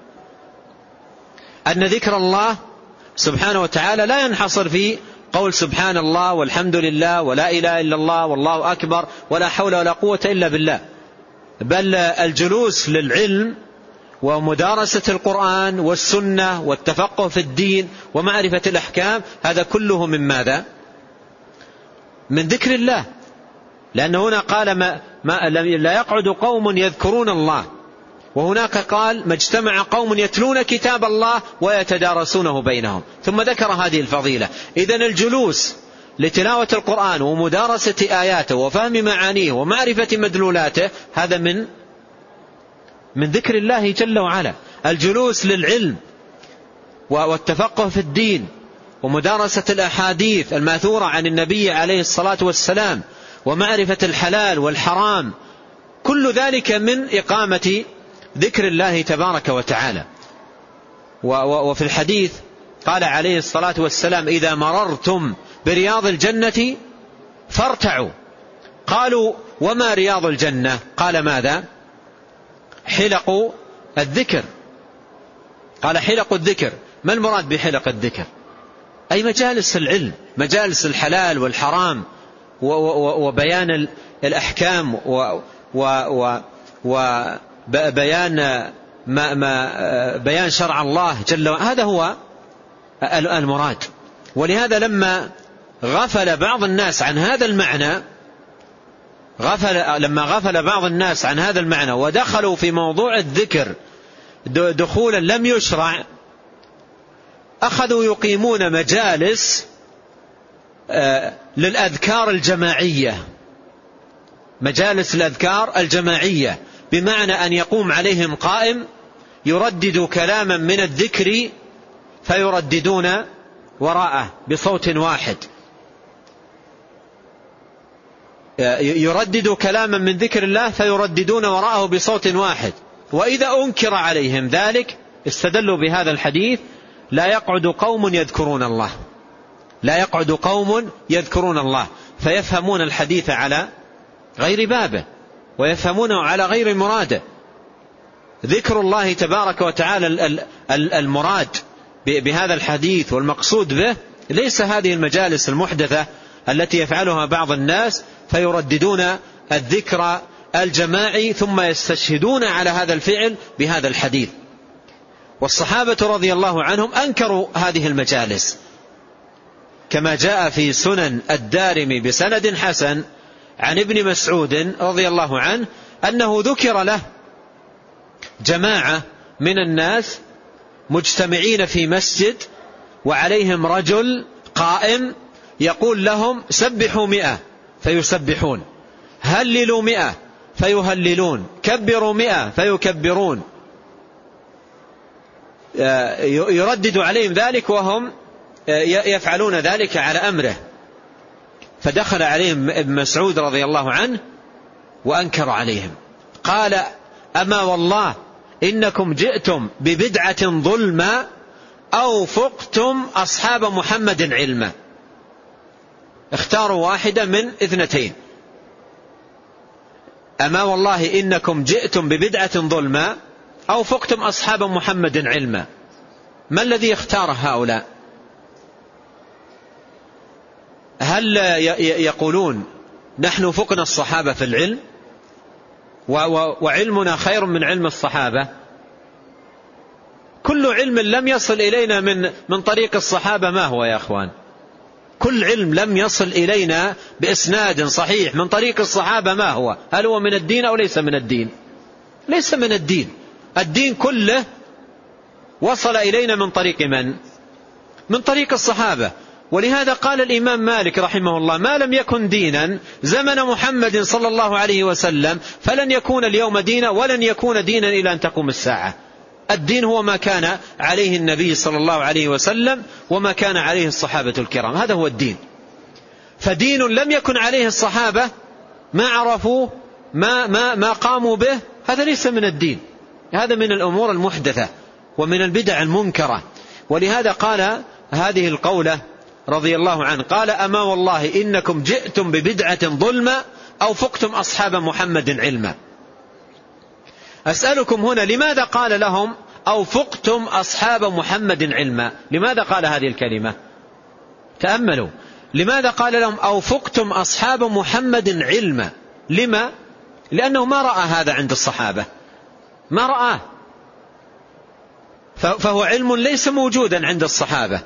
أن ذكر الله سبحانه وتعالى لا ينحصر في قول سبحان الله والحمد لله ولا إله إلا الله والله أكبر ولا حول ولا قوة إلا بالله، بل الجلوس للعلم ومدارسة القرآن والسنة والتفقه في الدين ومعرفة الأحكام، هذا كله من ماذا؟ من ذكر الله. لأن هنا قال لا يقعد قوم يذكرون الله، وهناك قال: ما اجتمع قوم يتلون كتاب الله ويتدارسونه بينهم، ثم ذكر هذه الفضيلة. إذن الجلوس لتلاوة القرآن ومدارسة آياته وفهم معانيه ومعرفة مدلولاته هذا من ذكر الله جل وعلا. الجلوس للعلم والتفقه في الدين ومدارسة الأحاديث الماثورة عن النبي عليه الصلاة والسلام ومعرفة الحلال والحرام، كل ذلك من إقامة ذكر الله تبارك وتعالى. وفي الحديث قال عليه الصلاة والسلام: إذا مررتم برياض الجنة فارتعوا. قالوا: وما رياض الجنة؟ قال: ماذا؟ حلق الذكر. قال: حلق الذكر. ما المراد بحلق الذكر؟ أي مجالس العلم، مجالس الحلال والحرام وبيان الأحكام وبيان بيان شرع الله جل وعلا، هذا هو المراد. ولهذا لما غفل بعض الناس عن هذا المعنى، لما غفل بعض الناس عن هذا المعنى ودخلوا في موضوع الذكر دخولا لم يشرع، أخذوا يقيمون مجالس للأذكار الجماعية، مجالس الأذكار الجماعية، بمعنى أن يقوم عليهم قائم يردد كلاما من الذكر فيرددون وراءه بصوت واحد، يردد كلاما من ذكر الله فيرددون وراءه بصوت واحد. وإذا أنكر عليهم ذلك استدلوا بهذا الحديث: لا يقعد قوم يذكرون الله، لا يقعد قوم يذكرون الله، فيفهمون الحديث على غير بابه ويفهمونه على غير مراده. ذكر الله تبارك وتعالى المراد بهذا الحديث والمقصود به ليس هذه المجالس المحدثة التي يفعلها بعض الناس فيرددون الذكر الجماعي ثم يستشهدون على هذا الفعل بهذا الحديث. والصحابة رضي الله عنهم أنكروا هذه المجالس، كما جاء في سنن الدارمي بسند حسن عن ابن مسعود رضي الله عنه أنه ذكر له جماعة من الناس مجتمعين في مسجد وعليهم رجل قائم يقول لهم: سبحوا 100 فيسبحون، هللوا 100 فيهللون، كبروا 100 فيكبرون، يردد عليهم ذلك وهم يفعلون ذلك على أمره. فدخل عليهم ابن مسعود رضي الله عنه وأنكر عليهم، قال: أما والله إنكم جئتم ببدعة ظلما أو فقتم أصحاب محمد علما. اختاروا واحدة من اثنتين: أما والله إنكم جئتم ببدعة ظلما أو فقتم أصحاب محمد علما. ما الذي اختار هؤلاء؟ هل يقولون نحن فقنا الصحابة في العلم وعلمنا خير من علم الصحابة؟ كل علم لم يصل إلينا من طريق الصحابة ما هو يا أخوان؟ كل علم لم يصل إلينا بإسناد صحيح من طريق الصحابة ما هو؟ هل هو من الدين أو ليس من الدين؟ ليس من الدين. الدين كله وصل إلينا من طريق من؟ من طريق الصحابة. ولهذا قال الإمام مالك رحمه الله: ما لم يكن دينا زمن محمد صلى الله عليه وسلم فلن يكون اليوم دينا ولن يكون دينا إلى أن تقوم الساعة. الدين هو ما كان عليه النبي صلى الله عليه وسلم وما كان عليه الصحابة الكرام، هذا هو الدين. فدين لم يكن عليه الصحابة ما عرفوه ما قاموا به، هذا ليس من الدين، هذا من الأمور المحدثة ومن البدع المنكرة. ولهذا قال هذه القولة رضي الله عنه، قال: أما والله إنكم جئتم ببدعة ظلما أو فقتم أصحاب محمد علما. أسألكم هنا لماذا قال لهم أو فقتم أصحاب محمد علما؟ لماذا قال هذه الكلمة؟ تأملوا، لماذا قال لهم أو فقتم أصحاب محمد علما؟ لما؟ لأنه ما رأى هذا عند الصحابة، ما رآه، فهو علم ليس موجودا عند الصحابة،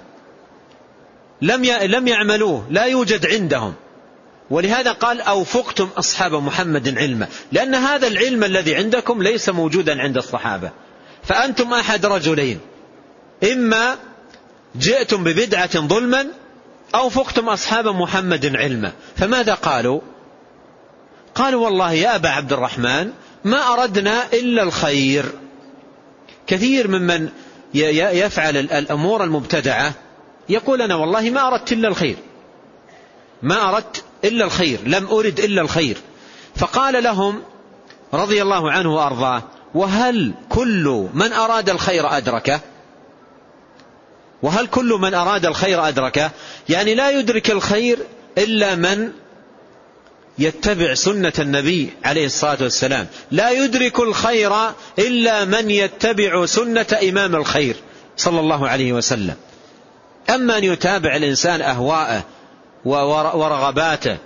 لم يعملوه، لا يوجد عندهم. ولهذا قال أو فقتم أصحاب محمد علما، لأن هذا العلم الذي عندكم ليس موجودا عند الصحابة. فأنتم أحد رجلين: إما جئتم ببدعة ظلما أو فقتم أصحاب محمد علما. فماذا قالوا؟ قالوا: والله يا أبا عبد الرحمن ما أردنا إلا الخير. كثير ممن يفعل الأمور المبتدعة يقول: أنا والله ما أردت إلا الخير، ما أردت إلا الخير، لم أرد إلا الخير. فقال لهم رضي الله عنه وأرضاه: وهل كل من أراد الخير أدركه؟ وهل كل من أراد الخير أدركه؟ يعني لا يدرك الخير إلا من يتبع سنة النبي عليه الصلاة والسلام، لا يدرك الخير إلا من يتبع سنة إمام الخير صلى الله عليه وسلم. أما أن يتابع الإنسان أهواءه ورغباته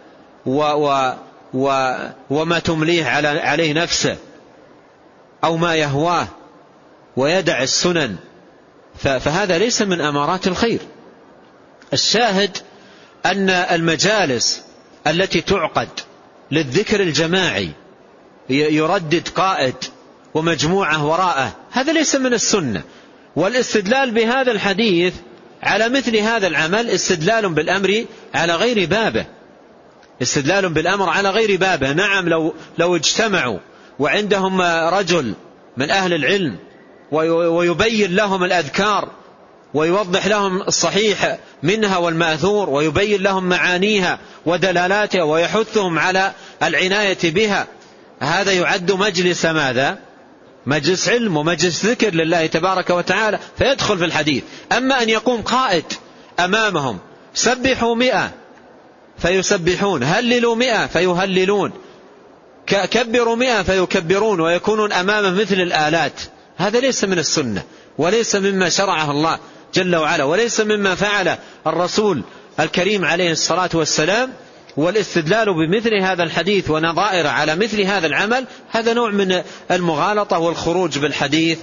وما تمليه عليه نفسه أو ما يهواه ويدع السنن، فهذا ليس من أمارات الخير. الشاهد أن المجالس التي تعقد للذكر الجماعي يردد قائد ومجموعة وراءه، هذا ليس من السنة. والاستدلال بهذا الحديث على مثل هذا العمل استدلال بالأمر على غير بابه، استدلال بالأمر على غير بابه. نعم، لو اجتمعوا وعندهم رجل من أهل العلم ويبين لهم الأذكار ويوضح لهم الصحيح منها والمأثور ويبين لهم معانيها ودلالاتها ويحثهم على العناية بها، هذا يعد مجلس ماذا؟ مجلس علم ومجلس ذكر لله تبارك وتعالى، فيدخل في الحديث. أما أن يقوم قائد أمامهم سبحوا 100 فيسبحون، هللوا 100 فيهللون، كبروا 100 فيكبرون، ويكونون أمامه مثل الآلات، هذا ليس من السنة وليس مما شرعه الله جل وعلا، وليس مما فعل الرسول الكريم عليه الصلاة والسلام. والاستدلال بمثل هذا الحديث ونظائر على مثل هذا العمل هذا نوع من المغالطة والخروج بالحديث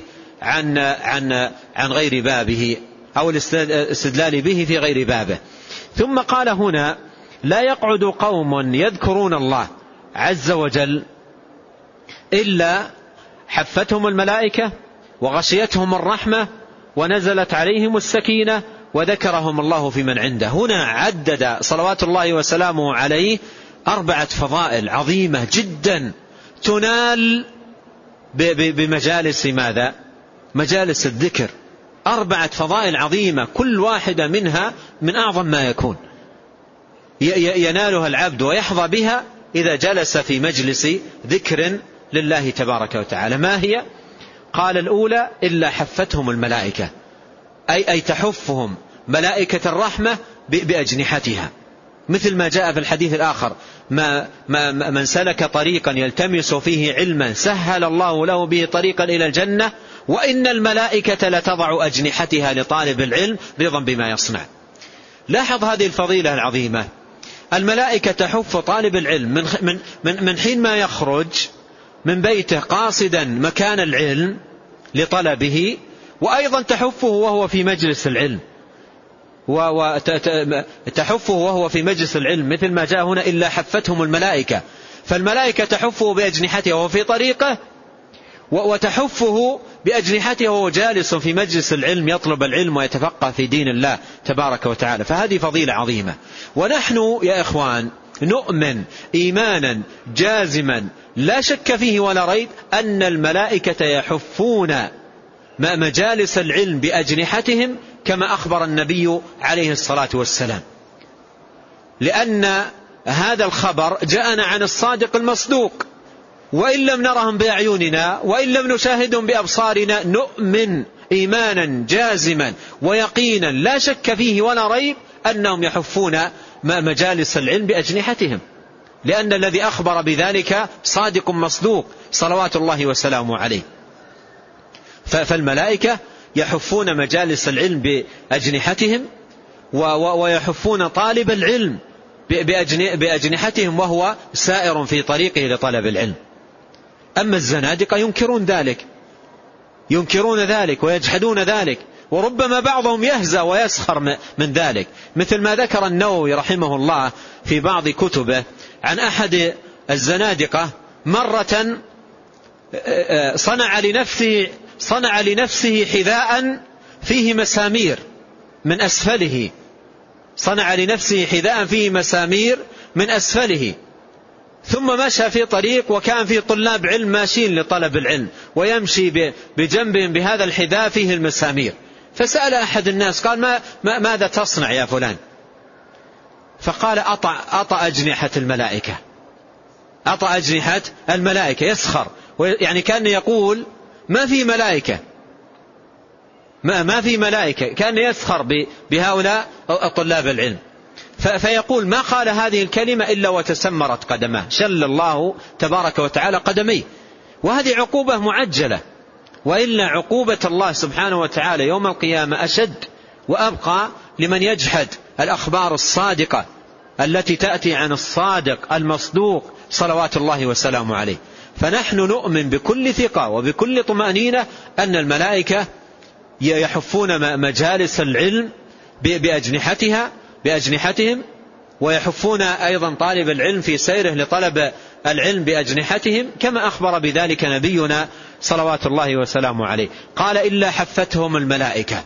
عن غير بابه أو الاستدلال به في غير بابه. ثم قال هنا: لا يقعد قوم يذكرون الله عز وجل إلا حفتهم الملائكة وغشيتهم الرحمة ونزلت عليهم السكينة وذكرهم الله في من عنده. هنا عدد صلوات الله وسلامه عليه 4 فضائل عظيمة جدا تنال بمجالس ماذا؟ مجالس الذكر. 4 فضائل عظيمة كل واحدة منها من أعظم ما يكون، ينالها العبد ويحظى بها إذا جلس في مجلس ذكر لله تبارك وتعالى. ما هي؟ قال: الأولى: إلا حفتهم الملائكة، أي تحفهم ملائكة الرحمة بأجنحتها، مثل ما جاء في الحديث الآخر: من سلك طريقا يلتمس فيه علما سهل الله له به طريقا إلى الجنة وإن الملائكة لتضع أجنحتها لطالب العلم رضا بما يصنع. لاحظ هذه الفضيلة العظيمة، الملائكة تحف طالب العلم من حين ما يخرج من بيته قاصدا مكان العلم لطلبه، وأيضا تحفه وهو في مجلس العلم، وتحفه وهو في مجلس العلم مثل ما جاء هنا: إلا حفتهم الملائكة. فالملائكة تحفه بأجنحتها وهو في طريقه، وتحفه بأجنحته وهو جالس في مجلس العلم يطلب العلم ويتفقه في دين الله تبارك وتعالى. فهذه فضيلة عظيمة. ونحن يا إخوان نؤمن إيمانا جازما لا شك فيه ولا ريب أن الملائكة يحفون مجالس العلم بأجنحتهم كما أخبر النبي عليه الصلاة والسلام، لأن هذا الخبر جاءنا عن الصادق المصدوق، وإن لم نرهم بأعيننا وإن لم نشاهدهم بأبصارنا نؤمن إيمانا جازما ويقينا لا شك فيه ولا ريب أنهم يحفون مجالس العلم بأجنحتهم، لأن الذي أخبر بذلك صادق مصدوق صلوات الله وسلامه عليه. فالملائكة يحفون مجالس العلم بأجنحتهم ويحفون طالب العلم بأجنحتهم وهو سائر في طريقه لطلب العلم. أما الزنادقة ينكرون ذلك ويجحدون ذلك، وربما بعضهم يهزأ ويسخر من ذلك، مثل ما ذكر النووي رحمه الله في بعض كتبه عن أحد الزنادقة مرة صنع لنفسه حذاء فيه مسامير من أسفله، صنع لنفسه حذاء فيه مسامير من أسفله، ثم مشى في طريق وكان فيه طلاب علم ماشيين لطلب العلم ويمشي بجنبهم بهذا الحذاء فيه المسامير، فسأل أحد الناس قال: ماذا تصنع يا فلان؟ فقال: أطأ أجنحة الملائكة، أطأ أجنحة الملائكة، يسخر، يعني كان يقول ما في ملائكة، ما في ملائكة، كان يسخر بهؤلاء طلاب العلم. فيقول: ما قال هذه الكلمة إلا وتسمرت قدمه، شل الله تبارك وتعالى قدميه. وهذه عقوبة معجلة، وإلا عقوبة الله سبحانه وتعالى يوم القيامة أشد وأبقى لمن يجحد الأخبار الصادقة التي تأتي عن الصادق المصدوق صلوات الله وسلامه عليه. فنحن نؤمن بكل ثقة وبكل طمأنينة أن الملائكة يحفون مجالس العلم بأجنحتهم، ويحفون أيضا طالب العلم في سيره لطلب العلم بأجنحتهم، كما أخبر بذلك نبينا صلوات الله وسلامه عليه. قال إلا حفتهم الملائكة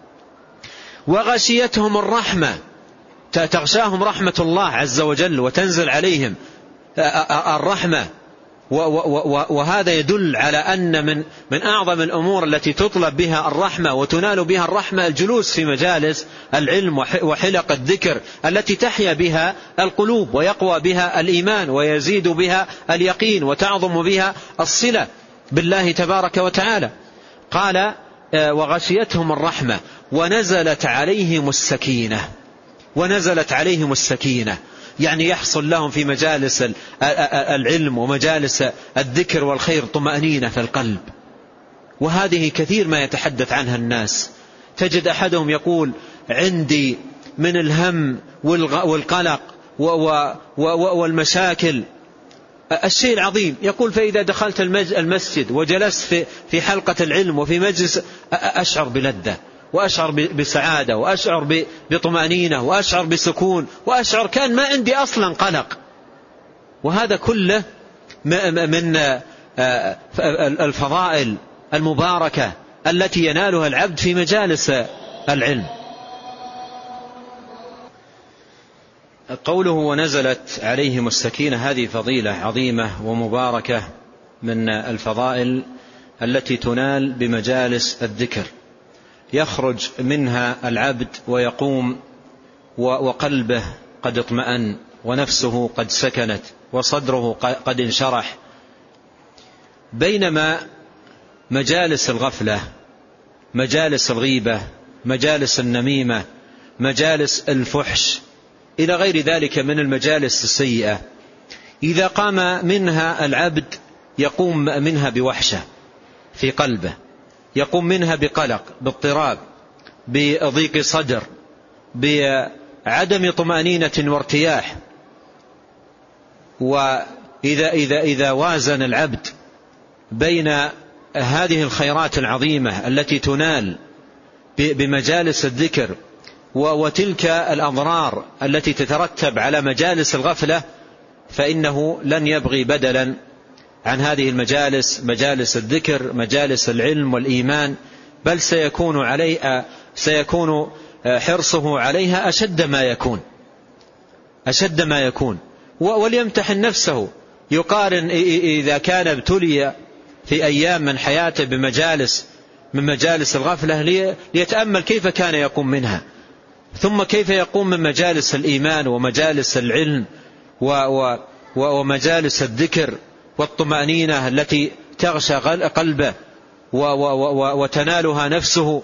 وغشيتهم الرحمة، تغشاهم رحمة الله عز وجل وتنزل عليهم الرحمة. وهذا يدل على أن من أعظم الأمور التي تطلب بها الرحمة وتنال بها الرحمة الجلوس في مجالس العلم وحلق الذكر التي تحيا بها القلوب ويقوى بها الإيمان ويزيد بها اليقين وتعظم بها الصلة بالله تبارك وتعالى. قال وغشيتهم الرحمة ونزلت عليهم السكينة، يعني يحصل لهم في مجالس العلم ومجالس الذكر والخير طمأنينة في القلب. وهذه كثير ما يتحدث عنها الناس. تجد أحدهم يقول عندي من الهم والقلق والمشاكل الشيء العظيم، يقول فإذا دخلت المسجد وجلست في حلقة العلم وفي مجلس أشعر بلذة وأشعر بسعادة وأشعر بطمأنينة وأشعر بسكون وأشعر كان ما عندي أصلا قلق. وهذا كله من الفضائل المباركة التي ينالها العبد في مجالس العلم. قوله ونزلت عليهم السكينة هذه فضيلة عظيمة ومباركة من الفضائل التي تنال بمجالس الذكر، يخرج منها العبد ويقوم وقلبه قد اطمأن ونفسه قد سكنت وصدره قد انشرح. بينما مجالس الغفلة، مجالس الغيبة، مجالس النميمة، مجالس الفحش إلى غير ذلك من المجالس السيئة، إذا قام منها العبد يقوم منها بوحشة في قلبه، يقوم منها بقلق، باضطراب، بضيق صدر، بعدم طمأنينة وارتياح. وإذا وازن العبد بين هذه الخيرات العظيمة التي تنال بمجالس الذكر وتلك الأضرار التي تترتب على مجالس الغفلة، فإنه لن يبغي بدلا عن هذه المجالس، مجالس الذكر، مجالس العلم والإيمان، بل سيكون حرصه عليها أشد ما يكون. وليمتحن نفسه، يقارن إذا كان ابتلي في أيام من حياته بمجالس من مجالس الغفلة ليتأمل كيف كان يقوم منها، ثم كيف يقوم من مجالس الإيمان ومجالس العلم ومجالس الذكر والطمأنينة التي تغشى قلبه وتنالها نفسه.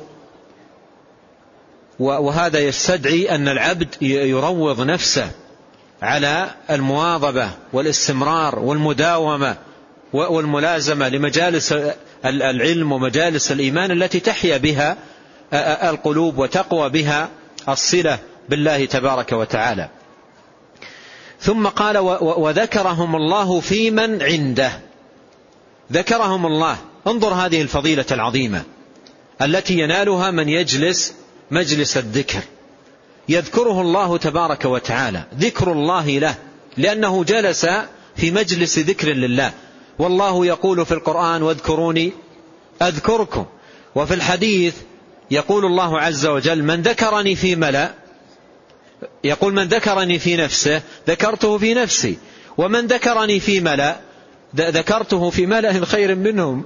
وهذا يستدعي أن العبد يروض نفسه على المواظبة والاستمرار والمداومة والملازمة لمجالس العلم ومجالس الإيمان التي تحيا بها القلوب وتقوى بها الصلة بالله تبارك وتعالى. ثم قال وذكرهم الله في من عنده، ذكرهم الله. انظر هذه الفضيلة العظيمة التي ينالها من يجلس مجلس الذكر، يذكره الله تبارك وتعالى، ذكر الله له لأنه جلس في مجلس ذكر لله. والله يقول في القرآن واذكروني أذكركم، وفي الحديث يقول الله عز وجل من ذكرني في ملأ، يقول من ذكرني في نفسه ذكرته في نفسي، ومن ذكرني في ملأ ذكرته في ملأ خير منهم.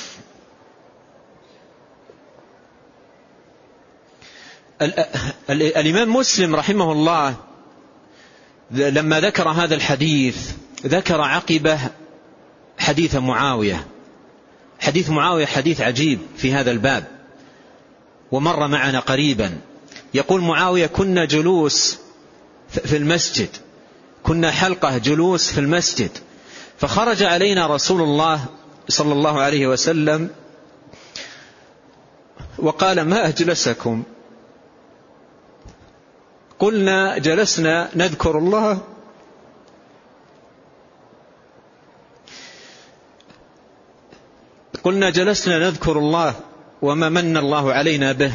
الإمام مسلم رحمه الله لما ذكر هذا الحديث ذكر عقبه حديث معاوية. حديث معاوية حديث عجيب في هذا الباب ومر معنا قريبا. يقول معاوية كنا جلوس في المسجد، كنا حلقة جلوس في المسجد، فخرج علينا رسول الله صلى الله عليه وسلم وقال ما أجلسكم؟ قلنا جلسنا نذكر الله. قلنا جلسنا نذكر الله وما من الله علينا به،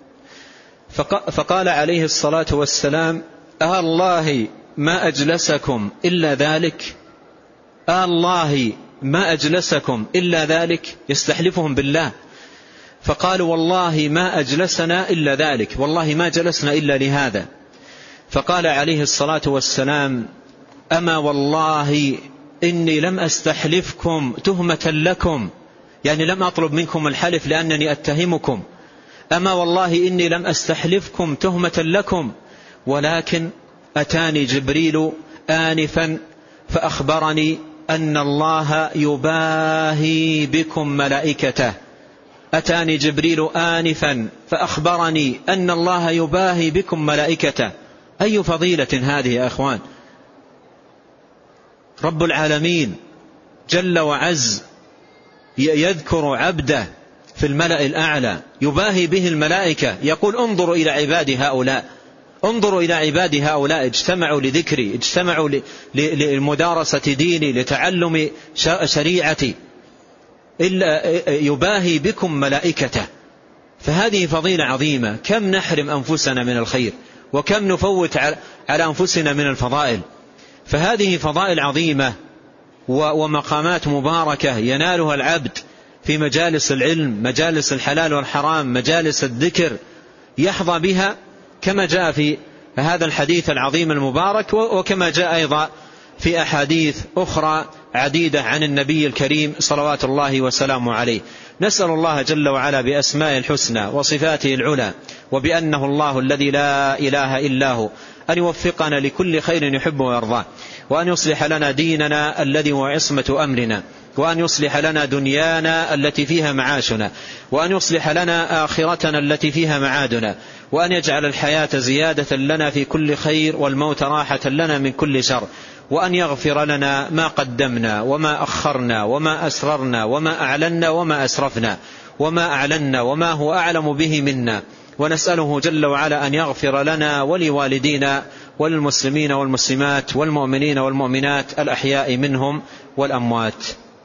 فقال عليه الصلاة والسلام: الله ما أجلسكم إلا ذلك، الله ما أجلسكم إلا ذلك، يستحلفهم بالله. فقالوا: والله ما أجلسنا إلا ذلك، والله ما جلسنا إلا لهذا. فقال عليه الصلاة والسلام: أما والله إني لم أستحلفكم تهمة لكم، يعني لم أطلب منكم الحلف لأنني أتهمكم، أما والله إني لم أستحلفكم تهمة لكم، ولكن أتاني جبريل آنفا فأخبرني أن الله يباهي بكم ملائكته، أتاني جبريل آنفا فأخبرني أن الله يباهي بكم ملائكته. أي فضيلة هذه يا أخوان! رب العالمين جل وعز يذكر عبده في الملأ الأعلى يباهي به الملائكة، يقول: انظروا إلى عبادي هؤلاء، انظروا إلى عبادي هؤلاء اجتمعوا لذكري، اجتمعوا لمدارسة ديني، لتعلم شريعتي، يباهي بكم ملائكته. فهذه فضيلة عظيمة. كم نحرم أنفسنا من الخير، وكم نفوت على أنفسنا من الفضائل. فهذه فضائل عظيمة ومقامات مباركة ينالها العبد في مجالس العلم، مجالس الحلال والحرام، مجالس الذكر، يحظى بها كما جاء في هذا الحديث العظيم المبارك، وكما جاء أيضا في أحاديث أخرى عديدة عن النبي الكريم صلوات الله وسلامه عليه. نسأل الله جل وعلا بأسماء الحسنى وصفاته العلى وبأنه الله الذي لا إله إلا هو أن يوفقنا لكل خير يحبه ويرضاه، وأن يصلح لنا ديننا الذي هو عصمة أمرنا، وأن يصلح لنا دنيانا التي فيها معاشنا، وأن يصلح لنا آخرتنا التي فيها معادنا، وأن يجعل الحياة زيادة لنا في كل خير والموت راحة لنا من كل شر، وأن يغفر لنا ما قدمنا وما أخرنا وما أسررنا وما أعلنا وما أسرفنا وما أعلنا وما هو أعلم به منا. ونسأله جل وعلا أن يغفر لنا ولوالدينا وللمسلمين والمسلمات والمؤمنين والمؤمنات الأحياء منهم والأموات.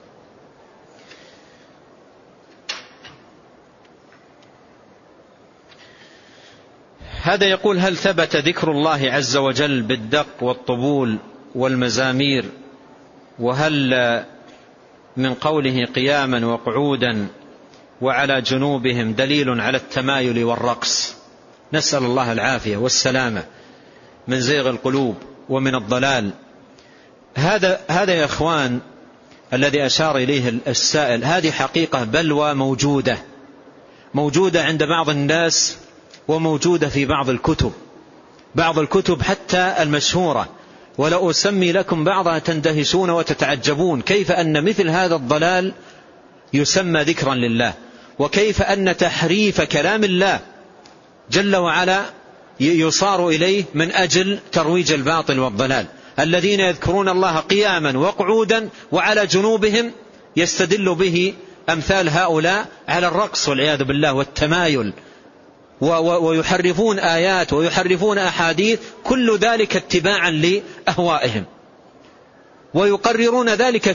هذا يقول: هل ثبت ذكر الله عز وجل بالدق والطبول والمزامير؟ وهل من قوله قياما وقعودا وعلى جنوبهم دليل على التمايل والرقص؟ نسأل الله العافية والسلامة من زيغ القلوب ومن الضلال. هذا يا أخوان الذي أشار إليه السائل، هذه حقيقة بلوى موجودة عند بعض الناس، وموجودة في بعض الكتب حتى المشهورة، ولو أسمي لكم بعضها تندهشون وتتعجبون كيف أن مثل هذا الضلال يسمى ذكرا لله، وكيف أن تحريف كلام الله جل وعلا يصار إليه من أجل ترويج الباطل والضلال. الذين يذكرون الله قياما وقعودا وعلى جنوبهم يستدل به أمثال هؤلاء على الرقص والعياذ بالله والتمايل، ويحرفون آيات ويحرفون أحاديث، كل ذلك اتباعا لأهوائهم، ويقررون ذلك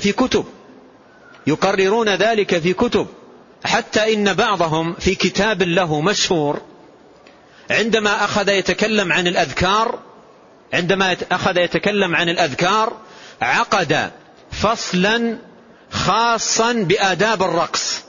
في كتب، حتى إن بعضهم في كتاب له مشهور عندما أخذ يتكلم عن الأذكار عقد فصلا خاصا بآداب الرقص،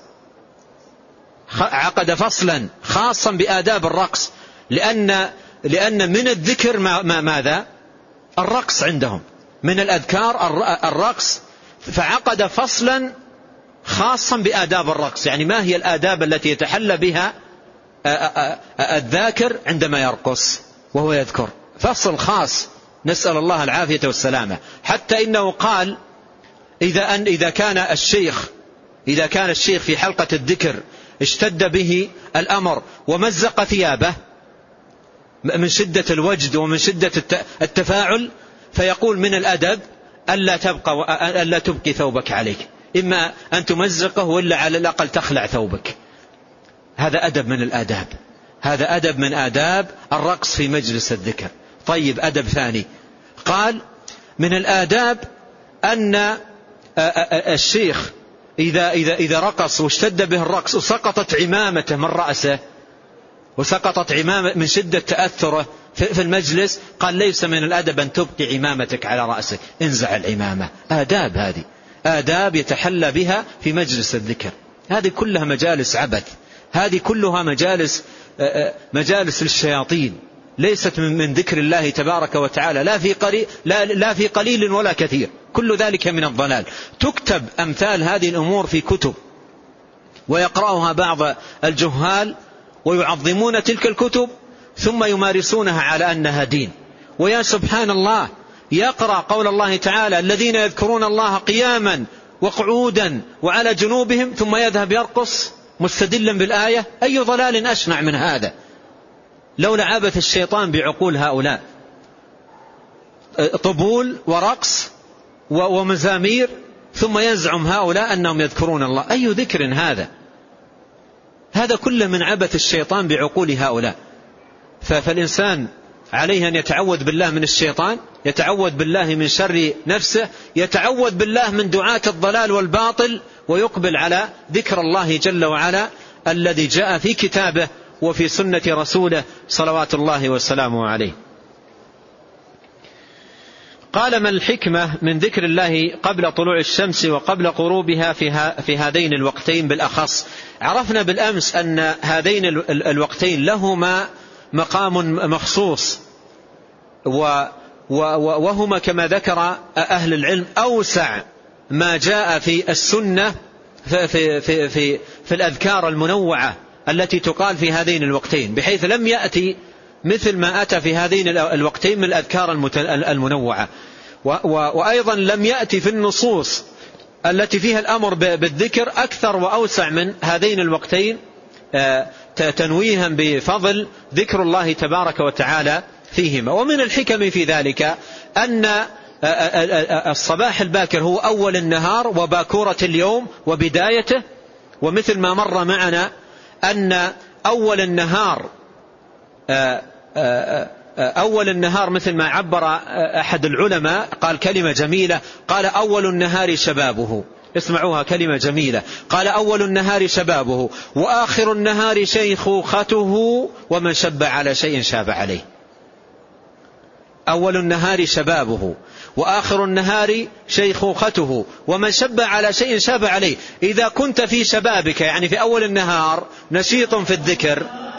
لأن من الذكر ماذا؟ الرقص عندهم، من الأذكار الرقص، فعقد فصلا خاصا بآداب الرقص، يعني ما هي الآداب التي يتحلى بها الذاكر عندما يرقص وهو يذكر، فصل خاص، نسأل الله العافية والسلامة. حتى إنه قال: إذا كان الشيخ في حلقة الذكر اشتد به الأمر ومزق ثيابه من شدة الوجد ومن شدة التفاعل، فيقول: من الأدب ألا تبقي ثوبك عليك، إما أن تمزقه وإلا على الأقل تخلع ثوبك. هذا أدب من آداب الرقص في مجلس الذكر. طيب، أدب ثاني قال: من الآداب أن الشيخ إذا رقص واشتد به الرقص وسقطت عمامته من رأسه، وسقطت عمامة من شدة تأثره في المجلس، قال ليس من الأدب أن تبقي عمامتك على رأسك، انزع العمامة. آداب، هذه آداب يتحلى بها في مجلس الذكر. هذه كلها مجالس عبث، هذه كلها مجالس للشياطين، ليست من ذكر الله تبارك وتعالى، لا في قليل ولا كثير، كل ذلك من الضلال. تكتب أمثال هذه الأمور في كتب ويقرأها بعض الجهال ويعظمون تلك الكتب ثم يمارسونها على أنها دين. ويا سبحان الله، يقرأ قول الله تعالى: الذين يذكرون الله قياما وقعودا وعلى جنوبهم، ثم يذهب يرقص مستدلا بالآية. أي ضلال أشنع من هذا؟ لولا عبث الشيطان بعقول هؤلاء، طبول ورقص ومزامير، ثم يزعم هؤلاء أنهم يذكرون الله. أي ذكر هذا؟ هذا كله من عبث الشيطان بعقول هؤلاء. فالإنسان عليه أن يتعوذ بالله من الشيطان، يتعوذ بالله من شر نفسه، يتعوذ بالله من دعاة الضلال والباطل، ويقبل على ذكر الله جل وعلا الذي جاء في كتابه وفي سنة رسوله صلوات الله وسلامه عليه. قال: ما الحكمة من ذكر الله قبل طلوع الشمس وقبل غروبها في هذين الوقتين بالأخص؟ عرفنا بالأمس أن هذين الوقتين لهما مقام مخصوص، وهما كما ذكر أهل العلم أوسع ما جاء في السنة في الأذكار المنوعة التي تقال في هذين الوقتين، بحيث لم يأتي مثل ما أتى في هذين الوقتين من الأذكار المنوعة. وأيضا لم يأتي في النصوص التي فيها الأمر بالذكر أكثر وأوسع من هذين الوقتين تنويها بفضل ذكر الله تبارك وتعالى فيهما. ومن الحكم في ذلك أن الصباح الباكر هو أول النهار وباكورة اليوم وبدايته، ومثل ما مر معنا أن أول النهار مثل ما عبر أحد العلماء قال كلمة جميلة، قال: أول النهار شبابه. اسمعوها، كلمة جميلة. قال: أول النهار شبابه، وآخر النهار شيخوخته، ومن شب على شيء شاب عليه. أول النهار شبابه، وآخر النهار شيخوخته، ومن شب على شيء شاب عليه. إذا كنت في شبابك، يعني في أول النهار، نشيط في الذكر،